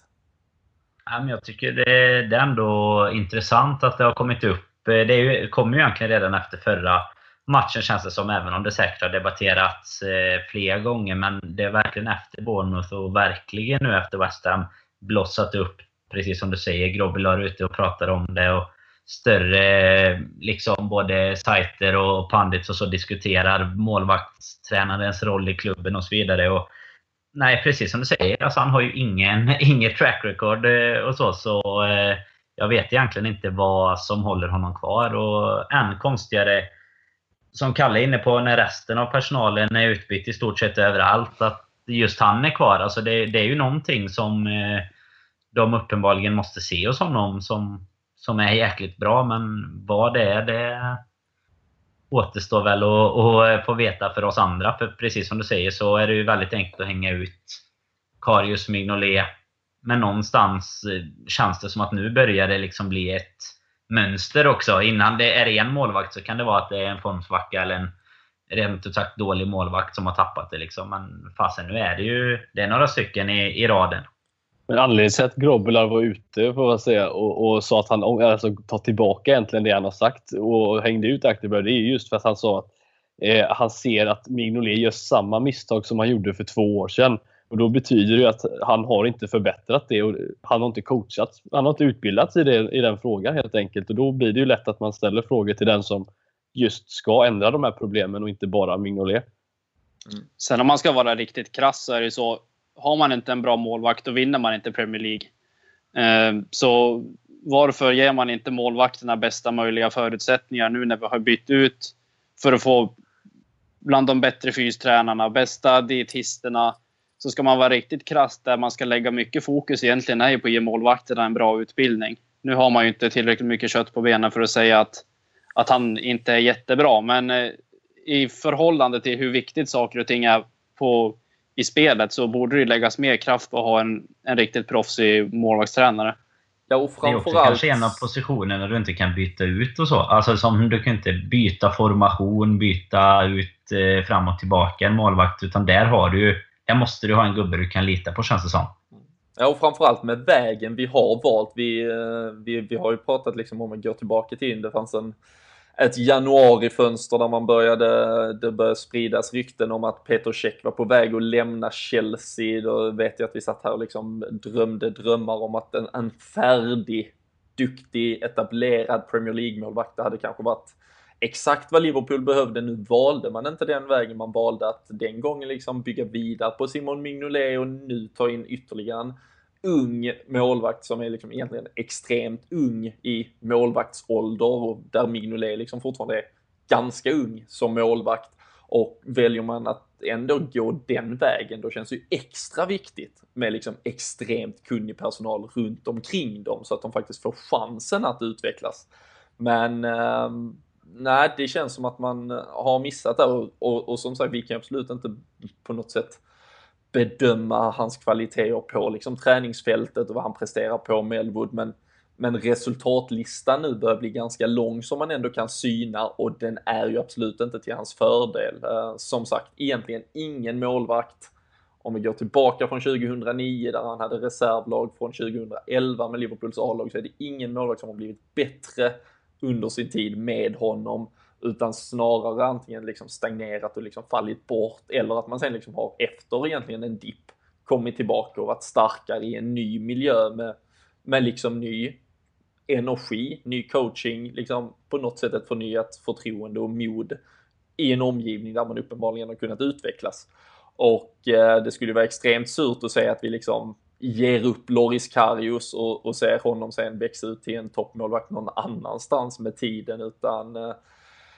Ja, men jag tycker det, det är ändå intressant att det har kommit upp. Det är ju, kom ju egentligen redan efter förra matchen, känns det som, även om det säkert har debatterats eh, flera gånger. Men det är verkligen efter Bournemouth och verkligen nu efter West Ham blossat upp, precis som du säger. Grobbel är ute och pratar om det, och större liksom både sajter och pandits och så diskuterar målvaktstränarens roll i klubben och så vidare. Och nej, precis som du säger, alltså han har ju ingen, inget track record och så, så eh, jag vet egentligen inte vad som håller honom kvar. Och än konstigare, som Kalle är inne på, när resten av personalen är utbytt i stort sett överallt, att just han är kvar. Alltså det, det är ju någonting som eh, de uppenbarligen måste se hos honom som, som är jäkligt bra, men vad det är, det återstår väl att få veta för oss andra. För precis som du säger så är det ju väldigt enkelt att hänga ut Karius, Mignolet. Men någonstans känns det som att nu börjar det liksom bli ett mönster också. Innan det är en målvakt så kan det vara att det är en formsvacka eller en rent ut sagt dålig målvakt som har tappat det liksom. Men fasen, nu är det ju det är några stycken i, i raden. Men anledningen till att Grobbelar var ute, får jag säga, och, och sa att han alltså, tar tillbaka egentligen det han har sagt och hängde ut Akterberg, det är just för att han sa att eh, han ser att Mignolet gör samma misstag som han gjorde för två år sedan. Och då betyder det att han har inte förbättrat det, och han har inte coachat, han har inte utbildats i, det, i den frågan helt enkelt. Och då blir det ju lätt att man ställer frågor till den som just ska ändra de här problemen och inte bara Mignolet. Mm. Sen om man ska vara riktigt krass så är det så, har man inte en bra målvakt då vinner man inte Premier League. Eh, så varför ger man inte målvakterna bästa möjliga förutsättningar nu när vi har bytt ut för att få bland de bättre fystränarna, bästa dietisterna? Så ska man vara riktigt krass där man ska lägga mycket fokus egentligen är ju på att ge målvakterna en bra utbildning. Nu har man ju inte tillräckligt mycket kött på benen för att säga att, att han inte är jättebra. Men eh, i förhållande till hur viktigt saker och ting är på, i spelet så borde det läggas mer kraft på att ha en, en riktigt proffsig målvaktstränare. Ja, och det är också kanske en av positionerna du inte kan byta ut och så. Alltså som du kan inte byta formation, byta ut eh, fram och tillbaka en målvakt, utan där har du ju Där måste du ha en gubbe du kan lita på, känns det som. Ja, och framförallt med vägen vi har valt. Vi, vi, vi har ju pratat liksom om att gå tillbaka till. Det fanns en, ett januarifönster där man började, det började spridas rykten om att Petr Cech var på väg att lämna Chelsea. Då vet jag att vi satt här och liksom drömde drömmar om att en, en färdig, duktig, etablerad Premier League-målvakt hade kanske varit exakt vad Liverpool behövde. Nu valde man inte den vägen. Man valde att den gången liksom bygga vidare på Simon Mignolet och nu ta in ytterligare en ung målvakt som är liksom egentligen extremt ung i målvaktsålder, och där Mignolet liksom fortfarande är ganska ung som målvakt. Och väljer man att ändå gå den vägen, då känns det ju extra viktigt med liksom extremt kunnig personal runt omkring dem så att de faktiskt får chansen att utvecklas. Men ähm, nej, det känns som att man har missat det, och, och, och som sagt, vi kan absolut inte på något sätt bedöma hans kvaliteter på liksom träningsfältet och vad han presterar på Melwood, men, men resultatlistan nu börjar bli ganska lång som man ändå kan syna, och den är ju absolut inte till hans fördel. Uh, som sagt, egentligen ingen målvakt, om vi går tillbaka från tjugohundranio där han hade reservlag, från tjugohundraelva med Liverpools A-lag, så är det ingen målvakt som har blivit bättre under sin tid med honom, utan snarare antingen liksom stagnerat och liksom fallit bort, eller att man sen liksom har efter egentligen en dipp kommit tillbaka och varit starkare i en ny miljö med, med liksom ny energi, ny coaching, liksom på något sätt ett förnyat förtroende och mod i en omgivning där man uppenbarligen har kunnat utvecklas. Och eh, det skulle vara extremt surt att säga att vi liksom ger upp Loris Karius och, och ser honom sen växa ut till en toppmålvakt någon annanstans med tiden, utan eh,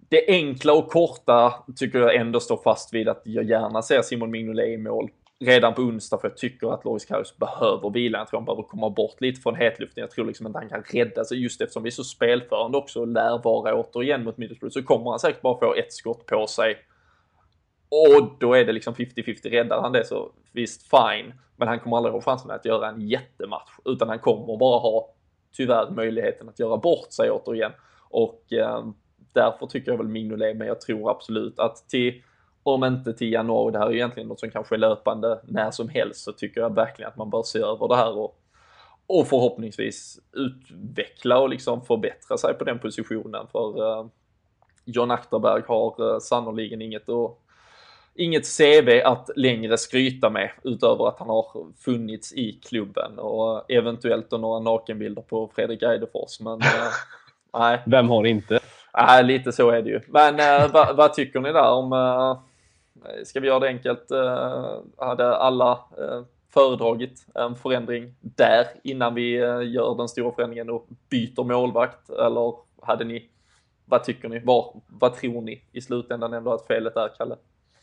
det enkla och korta tycker jag ändå står fast vid att jag gärna ser Simon Mignolet i mål redan på onsdag, för jag tycker att Loris Karius behöver vila. Jag tror han behöver komma bort lite från hetluften. Jag tror liksom inte han kan rädda sig, just eftersom vi är så spelförande också och lär vara återigen mot Middlesbrough, så kommer han säkert bara få ett skott på sig. Och då är det liksom fifty fifty, räddar han det så visst, fine. Men han kommer aldrig ha chansen att göra en jättematch, utan han kommer bara ha tyvärr möjligheten att göra bort sig återigen. Och eh, därför tycker jag väl Mignolet, men jag tror absolut att till, om inte till januari, det här är egentligen något som kanske är löpande när som helst, så tycker jag verkligen att man bör se över det här och, och förhoppningsvis utveckla och liksom förbättra sig på den positionen. För eh, John Achterberg har eh, sannoliken inget och inget C V att längre skryta med, utöver att han har funnits i klubben och eventuellt några nakenbilder på Fredrik Eidefors, men eh, nej. Vem har inte? Nej, lite så är det ju. Men eh, vad, vad tycker ni där om, eh, ska vi göra det enkelt, eh, hade alla eh, föredragit en förändring där innan vi eh, gör den stora förändringen och byter målvakt, eller hade ni, vad tycker ni, vad, vad tror ni i slutändan ändå att felet är, Kalle?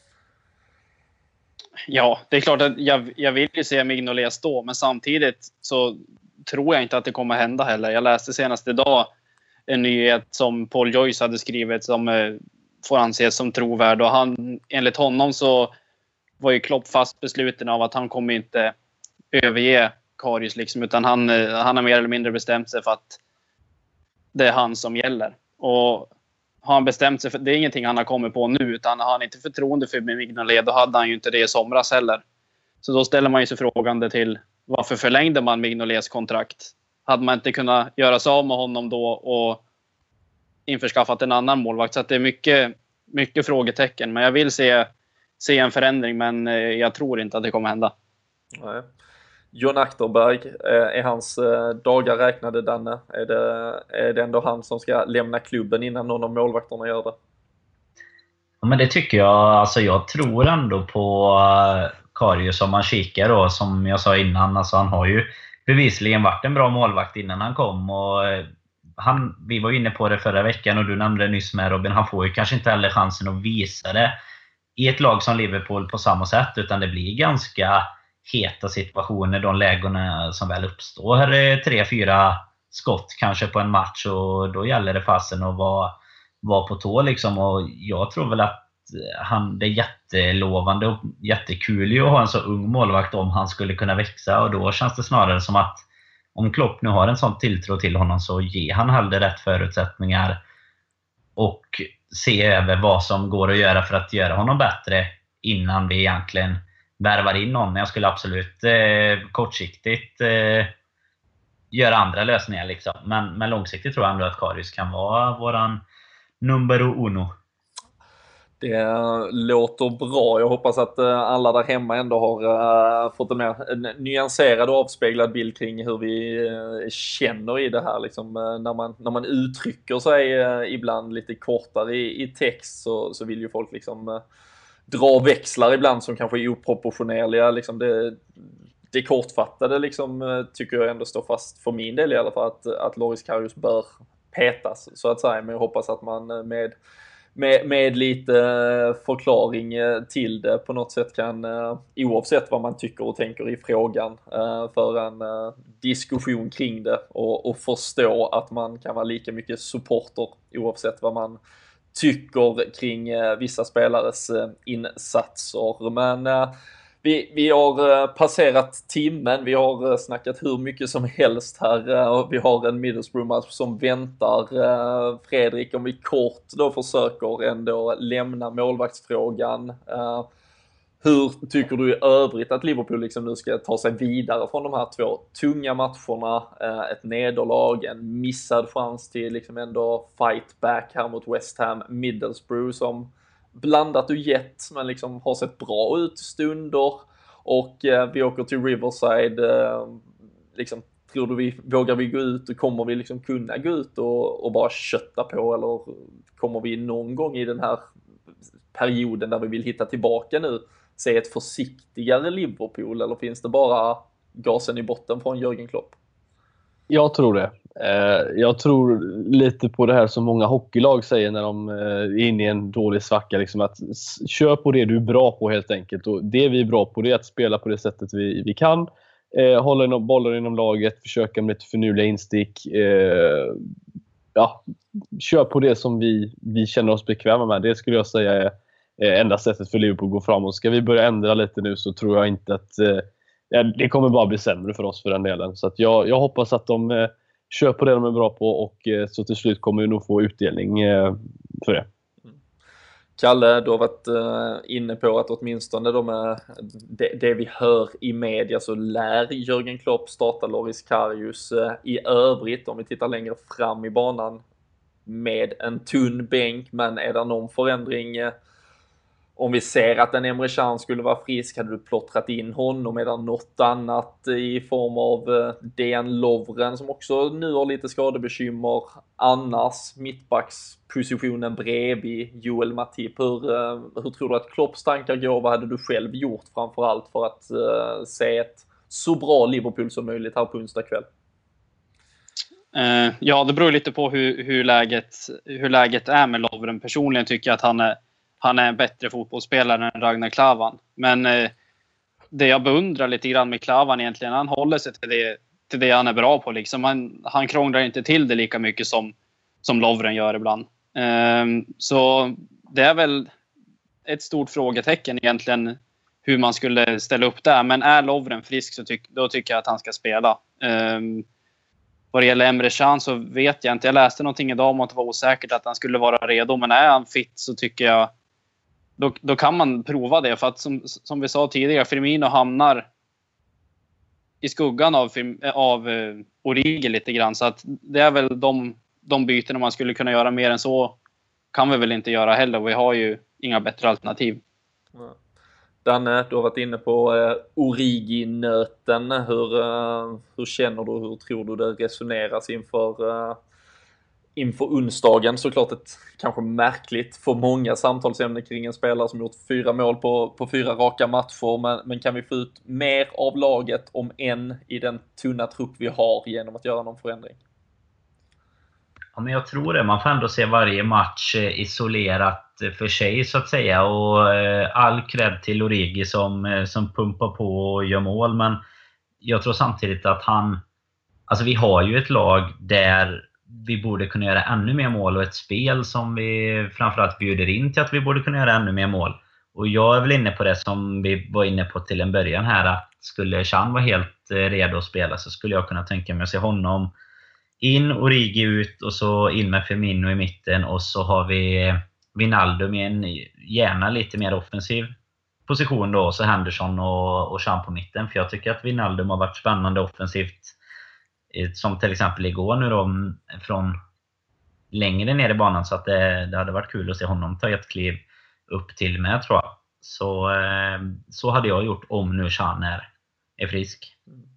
Ja, det är klart att jag, jag vill ju se Mignolet stå, men samtidigt så tror jag inte att det kommer hända heller. Jag läste senast idag en nyhet som Paul Joyce hade skrivit som eh, får anses som trovärd, och han, enligt honom så var ju Klopp fast besluten av att han kommer inte överge Karius liksom, utan han, eh, han har mer eller mindre bestämt sig för att det är han som gäller. Och har han bestämt sig för, det är ingenting han har kommit på nu, utan har han inte förtroende för Mignolet, då hade han ju inte det i somras heller. Så då ställer man ju sig frågande till varför förlängde man Mignolets kontrakt? Hade man inte kunnat göra sig av med honom då och införskaffat en annan målvakt? Så att det är mycket, mycket frågetecken. Men jag vill se, se en förändring, men jag tror inte att det kommer hända. Nej. John Achterberg, är hans dagar räknade, Danne? Är det, är det ändå han som ska lämna klubben innan någon av målvakterna gör det? Ja, men det tycker jag. Alltså jag tror ändå på Karius om man kikar då, som jag sa innan. Alltså han har ju bevisligen varit en bra målvakt innan han kom. Och han, vi var inne på det förra veckan och du nämnde det nyss med Robin. Han får ju kanske inte heller chansen att visa det i ett lag som Liverpool på samma sätt. Utan det blir ganska heta situationer, de lägena som väl uppstår. Här är tre, fyra skott kanske på en match, och då gäller det fasen att vara, vara på tå liksom. Och jag tror väl att han, det är jättelovande och jättekul ju att ha en så ung målvakt om han skulle kunna växa. Och då känns det snarare som att om Klopp nu har en sån tilltro till honom, så ger han hellre rätt förutsättningar och se över vad som går att göra för att göra honom bättre innan vi egentligen värvar in någon. Men jag skulle absolut eh, kortsiktigt eh, göra andra lösningar liksom. Men, men långsiktigt tror jag ändå att Karius kan vara våran numero uno. Det låter bra. Jag hoppas att alla där hemma ändå har fått en mer nyanserad och avspeglad bild kring hur vi känner i det här. Liksom, när, man, när man uttrycker sig ibland lite kortare i, i text, så, så vill ju folk liksom dra växlar ibland som kanske är oproportionerliga. Liksom det, det kortfattade liksom, tycker jag ändå står fast för min del i alla fall, att, att Loris Karius bör petas så att säga. Men jag hoppas att man med Med, med lite förklaring till det på något sätt kan, oavsett vad man tycker och tänker i frågan, för en diskussion kring det och, och förstå att man kan vara lika mycket supporter oavsett vad man tycker kring vissa spelares insatser. Men Vi, vi har passerat timmen, vi har snackat hur mycket som helst här och vi har en Middlesbrough-match som väntar. Fredrik, om vi kort då försöker ändå lämna målvaktsfrågan, hur tycker du i övrigt att Liverpool liksom nu ska ta sig vidare från de här två tunga matcherna, ett nederlag, en missad chans till liksom ändå fight back här mot West Ham, Middlesbrough som blandat och gett, men liksom har sett bra ut stunder, och eh, vi åker till Riverside. Eh, liksom, tror du vi vågar vi gå ut och kommer vi liksom kunna gå ut och, och bara kötta på, eller kommer vi någon gång i den här perioden där vi vill hitta tillbaka nu se ett försiktigare Liverpool, eller finns det bara gasen i botten från Jürgen Klopp? Jag tror det. Jag tror lite på det här som många hockeylag säger när de är inne i en dålig svacka. Liksom att kör på det du är bra på helt enkelt. Och det vi är bra på det är att spela på det sättet vi, vi kan. Hålla inom bollen inom laget, försöka med lite förnuliga instick. Ja, kör på det som vi, vi känner oss bekväma med. Det skulle jag säga är enda sättet för Liverpool att gå framåt. Ska vi börja ändra lite nu så tror jag inte att ja, det kommer bara bli sämre för oss för den delen. Så att jag, jag hoppas att de eh, kör på det de är bra på och eh, så till slut kommer vi nog få utdelning eh, för det. Kalle, du har varit eh, inne på att åtminstone de är, det, det vi hör i media så lär Jürgen Klopp starta Loris Karius eh, i övrigt om vi tittar längre fram i banan med en tunn bänk, men är det någon förändring eh, om vi ser att en Emre Can skulle vara frisk, hade du plottrat in honom? Är det något annat i form av Dejan Lovren som också nu har lite skadebekymmer? Annars mittbackspositionen bredvid Joel Matip. Hur, hur tror du att Klopps tankar går? Vad hade du själv gjort framförallt för att uh, se ett så bra Liverpool som möjligt här på onsdag kväll? Uh, ja, det beror lite på hur, hur, läget, hur läget är med Lovren. Personligen tycker jag att han är Han är en bättre fotbollsspelare än Ragnar Klavan. Men eh, det jag beundrar lite grann med Klavan egentligen, han håller sig till det, till det han är bra på. Liksom. Han, han krånglar inte till det lika mycket som, som Lovren gör ibland. Eh, så det är väl ett stort frågetecken egentligen hur man skulle ställa upp där. Men är Lovren frisk så tyck, då tycker jag att han ska spela. Eh, vad det gäller Emre Can så vet jag inte. Jag läste någonting idag om att det var osäkert att han skulle vara redo. Men är han fit så tycker jag Då, då kan man prova det. För att som, som vi sa tidigare, Firmino hamnar i skuggan av, av uh, Origi lite grann. Så att det är väl de, de byten man skulle kunna göra. Mer än så kan vi väl inte göra heller. Vi har ju inga bättre alternativ. Ja. Danne, du har varit inne på uh, Origi-nöten. Hur, uh, hur känner du, hur tror du det resoneras inför... Uh... inför onsdagen? Såklart ett kanske märkligt för många samtalsämne kring en spelare som gjort fyra mål på, på fyra raka matcher, men, men kan vi få ut mer av laget om en i den tunna trupp vi har genom att göra någon förändring? Ja, men jag tror det. Man får ändå se varje match isolerat för sig så att säga, och all cred till Origi som, som pumpar på och gör mål, men jag tror samtidigt att han, alltså vi har ju ett lag där vi borde kunna göra ännu mer mål och ett spel som vi framförallt bjuder in till att vi borde kunna göra ännu mer mål. Och jag är väl inne på det som vi var inne på till en början här, att skulle Can vara helt redo att spela så skulle jag kunna tänka mig att se honom in, Origi ut och så in med Firmino i mitten, och så har vi Wijnaldum i en gärna lite mer offensiv position då, så Henderson och, och Can på mitten, för jag tycker att Wijnaldum har varit spännande offensivt, som till exempel igår nu då, från längre ner i banan, så att det, det hade varit kul att se honom ta ett kliv upp till med, tror jag. Så, så hade jag gjort om nu Can är, är frisk.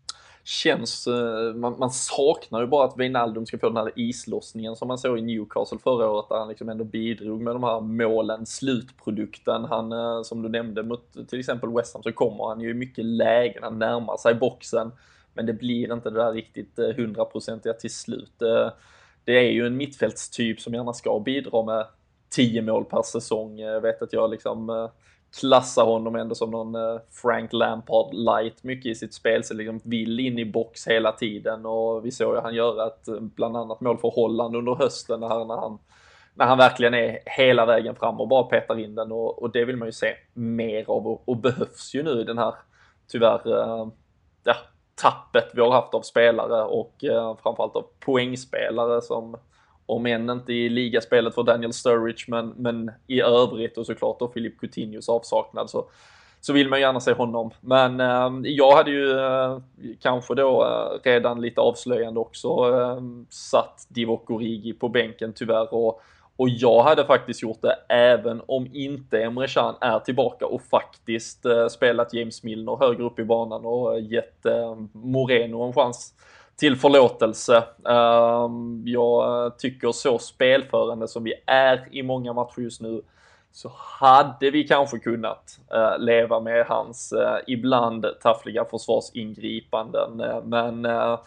Känns, man, man saknar ju bara att Wijnaldum ska få den här islossningen som man såg i Newcastle förra året, där han liksom ändå bidrog med de här målen, slutprodukten. Han, som du nämnde, mot till exempel West Ham så kommer han ju mycket lägen, han närmar sig boxen. Men det blir inte det där riktigt hundraprocentiga till slut. Det är ju en mittfältstyp som gärna ska bidra med tio mål per säsong. Jag vet att jag liksom klassar honom ändå som någon Frank Lampard light mycket i sitt spel. Så liksom vill in i box hela tiden. Och vi såg ju han göra ett bland annat mål för Holland under hösten. När, när, han, när han verkligen är hela vägen fram och bara petar in den. Och, och det vill man ju se mer av. Och, och behövs ju nu i den här tyvärr... Ja, tappet vi har haft av spelare och eh, framförallt av poängspelare som, om än inte i ligaspelet för Daniel Sturridge, men, men i övrigt, och såklart då Philippe Coutinhos avsaknad, så, så vill man gärna se honom. Men eh, jag hade ju eh, kanske då eh, redan lite avslöjande också eh, satt Divock Origi på bänken tyvärr, och Och jag hade faktiskt gjort det även om inte Emre Can är tillbaka och faktiskt eh, spelat James Milner högre upp i banan och gett eh, Moreno en chans till förlåtelse. Uh, jag tycker så spelförande som vi är i många matcher just nu, så hade vi kanske kunnat uh, leva med hans uh, ibland taffliga försvarsingripanden. Uh, men uh,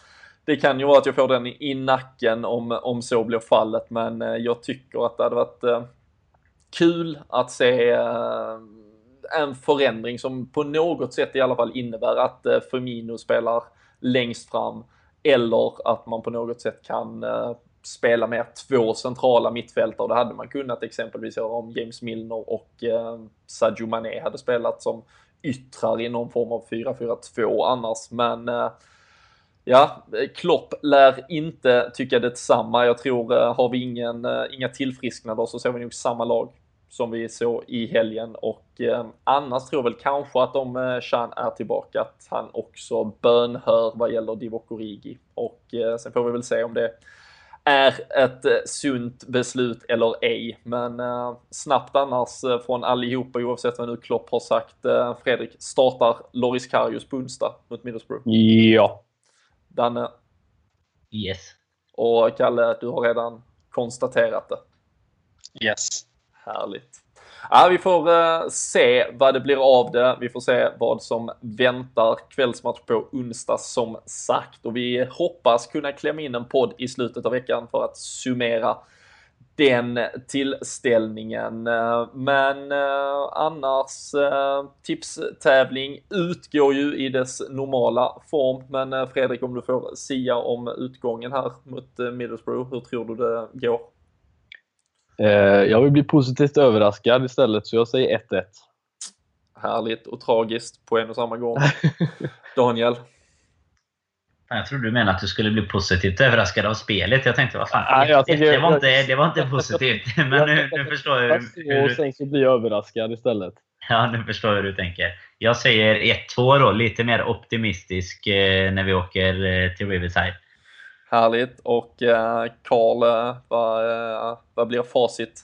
det kan ju vara att jag får den i nacken om, om så blir fallet, men jag tycker att det hade varit eh, kul att se eh, en förändring som på något sätt i alla fall innebär att eh, Firmino spelar längst fram, eller att man på något sätt kan eh, spela med två centrala mittfältare. Det hade man kunnat exempelvis göra om James Milner och eh, Sadio Mané hade spelat som yttrar i någon form av fyra fyra två annars, men eh, ja, Klopp lär inte tycka detsamma. Jag tror, eh, har vi ingen, eh, inga tillfrisknader så ser vi nog samma lag som vi såg i helgen, och eh, annars tror jag väl kanske att om eh, Can är tillbaka att han också bönhör vad gäller Divock Origi, och eh, sen får vi väl se om det är ett eh, sunt beslut eller ej, men eh, snabbt annars eh, från allihopa oavsett vad nu Klopp har sagt. eh, Fredrik, startar Loris Karius på onsdag mot Middlesbrough? Ja. Danne? Yes. Och Kalle, du har redan konstaterat det. Yes. Härligt. Ja, vi får uh, se vad det blir av det. Vi får se vad som väntar kvällsmatch på onsdag som sagt. Och vi hoppas kunna klämma in en podd i slutet av veckan för att summera den tillställningen. Men uh, annars, uh, tipstävling utgår ju i dess normala form. Men uh, Fredrik, om du får sia om utgången här mot uh, Middlesbrough, hur tror du det går? Jag vill bli positivt överraskad istället, så jag säger ett ett. Härligt och tragiskt på en och samma gång. Daniel? Jag trodde du menade att du skulle bli positivt överraskad av spelet. Jag tänkte, vad fan, Nej, jag det, tycker, det, var jag, inte, det var inte positivt. Men nu, nu förstår jag hur, och sen så blir jag överraskad istället. Ja, nu förstår jag hur du tänker. Jag säger ett två då, lite mer optimistisk eh, när vi åker eh, till Riverside. Härligt. Och Karl, eh, vad, eh, vad blir facit?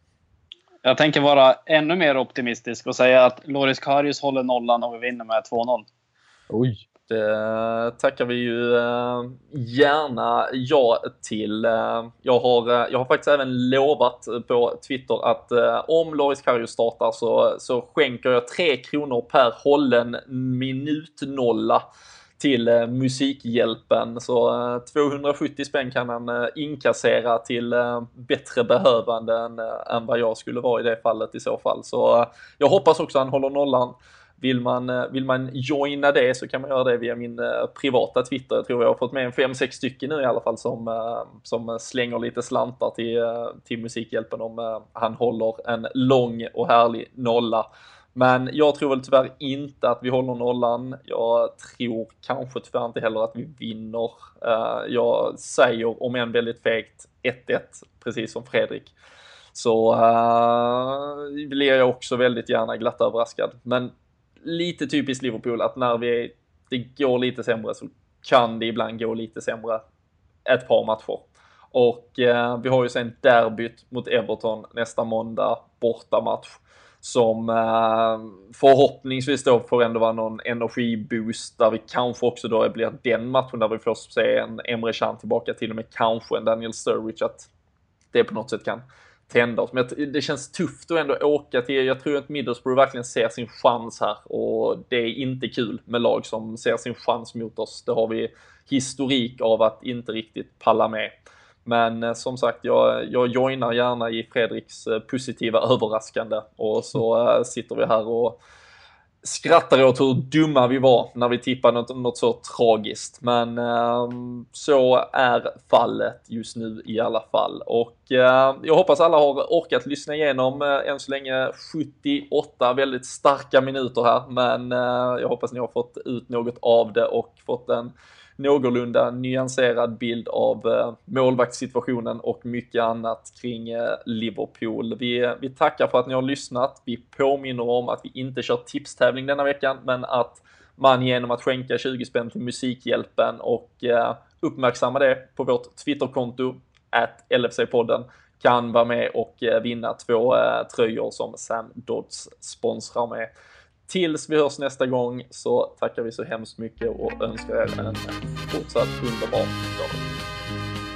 Jag tänker vara ännu mer optimistisk och säga att Loris Karius håller nollan och vi vinner med två noll. Oj. Det tackar vi ju eh, gärna ja till. Eh, jag, har, eh, jag har faktiskt även lovat på Twitter att eh, om Loris Karius startar så, så skänker jag tre kronor per hållen minutnolla till eh, Musikhjälpen. Så eh, tvåhundrasjuttio spänn kan han eh, inkassera till eh, bättre behövande än, eh, än vad jag skulle vara i det fallet i så fall. Så eh, jag hoppas också han håller nollan. Vill man, eh, vill man joina det så kan man göra det via min eh, privata Twitter. Jag tror jag har fått med en fem sex stycken nu i alla fall som, eh, som slänger lite slantar till, eh, till Musikhjälpen om eh, han håller en lång och härlig nolla. Men jag tror väl tyvärr inte att vi håller nollan. Jag tror kanske tyvärr inte heller att vi vinner. Uh, jag säger, om en väldigt fegt, ett ett, precis som Fredrik. Så uh, blir jag också väldigt gärna glatt överraskad. Men lite typiskt Liverpool att när vi, det går lite sämre så kan det ibland gå lite sämre ett par matcher. Och uh, vi har ju sen derbyt mot Everton nästa måndag, bortamatch. Som eh, förhoppningsvis då får ändå vara någon energiboost där vi kanske också då blir den matchen där vi får se en Emre Can tillbaka, till och med kanske en Daniel Sturridge, att det på något sätt kan tända oss. Men det känns tufft att ändå åka till, jag tror att Middlesbrough verkligen ser sin chans här, och det är inte kul med lag som ser sin chans mot oss. Det har vi historik av att inte riktigt palla med. Men eh, som sagt, jag, jag joinar gärna i Fredriks eh, positiva överraskande, och så eh, sitter vi här och skrattar åt hur dumma vi var när vi tippade något, något så tragiskt. Men eh, så är fallet just nu i alla fall. Och eh, jag hoppas alla har orkat lyssna igenom eh, än så länge sjuttioåtta väldigt starka minuter här. Men eh, jag hoppas ni har fått ut något av det och fått en någorlunda nyanserad bild av eh, målvaktssituationen och mycket annat kring eh, Liverpool. Vi, vi tackar för att ni har lyssnat. Vi påminner om att vi inte kör tipstävling denna veckan, men att man genom att skänka tjugo spänn till Musikhjälpen och eh, uppmärksamma det på vårt Twitterkonto at L F C-podden kan vara med och eh, vinna två eh, tröjor som Sam Dodds sponsrar med. Tills vi hörs nästa gång så tackar vi så hemskt mycket och önskar er en fortsatt underbar dag.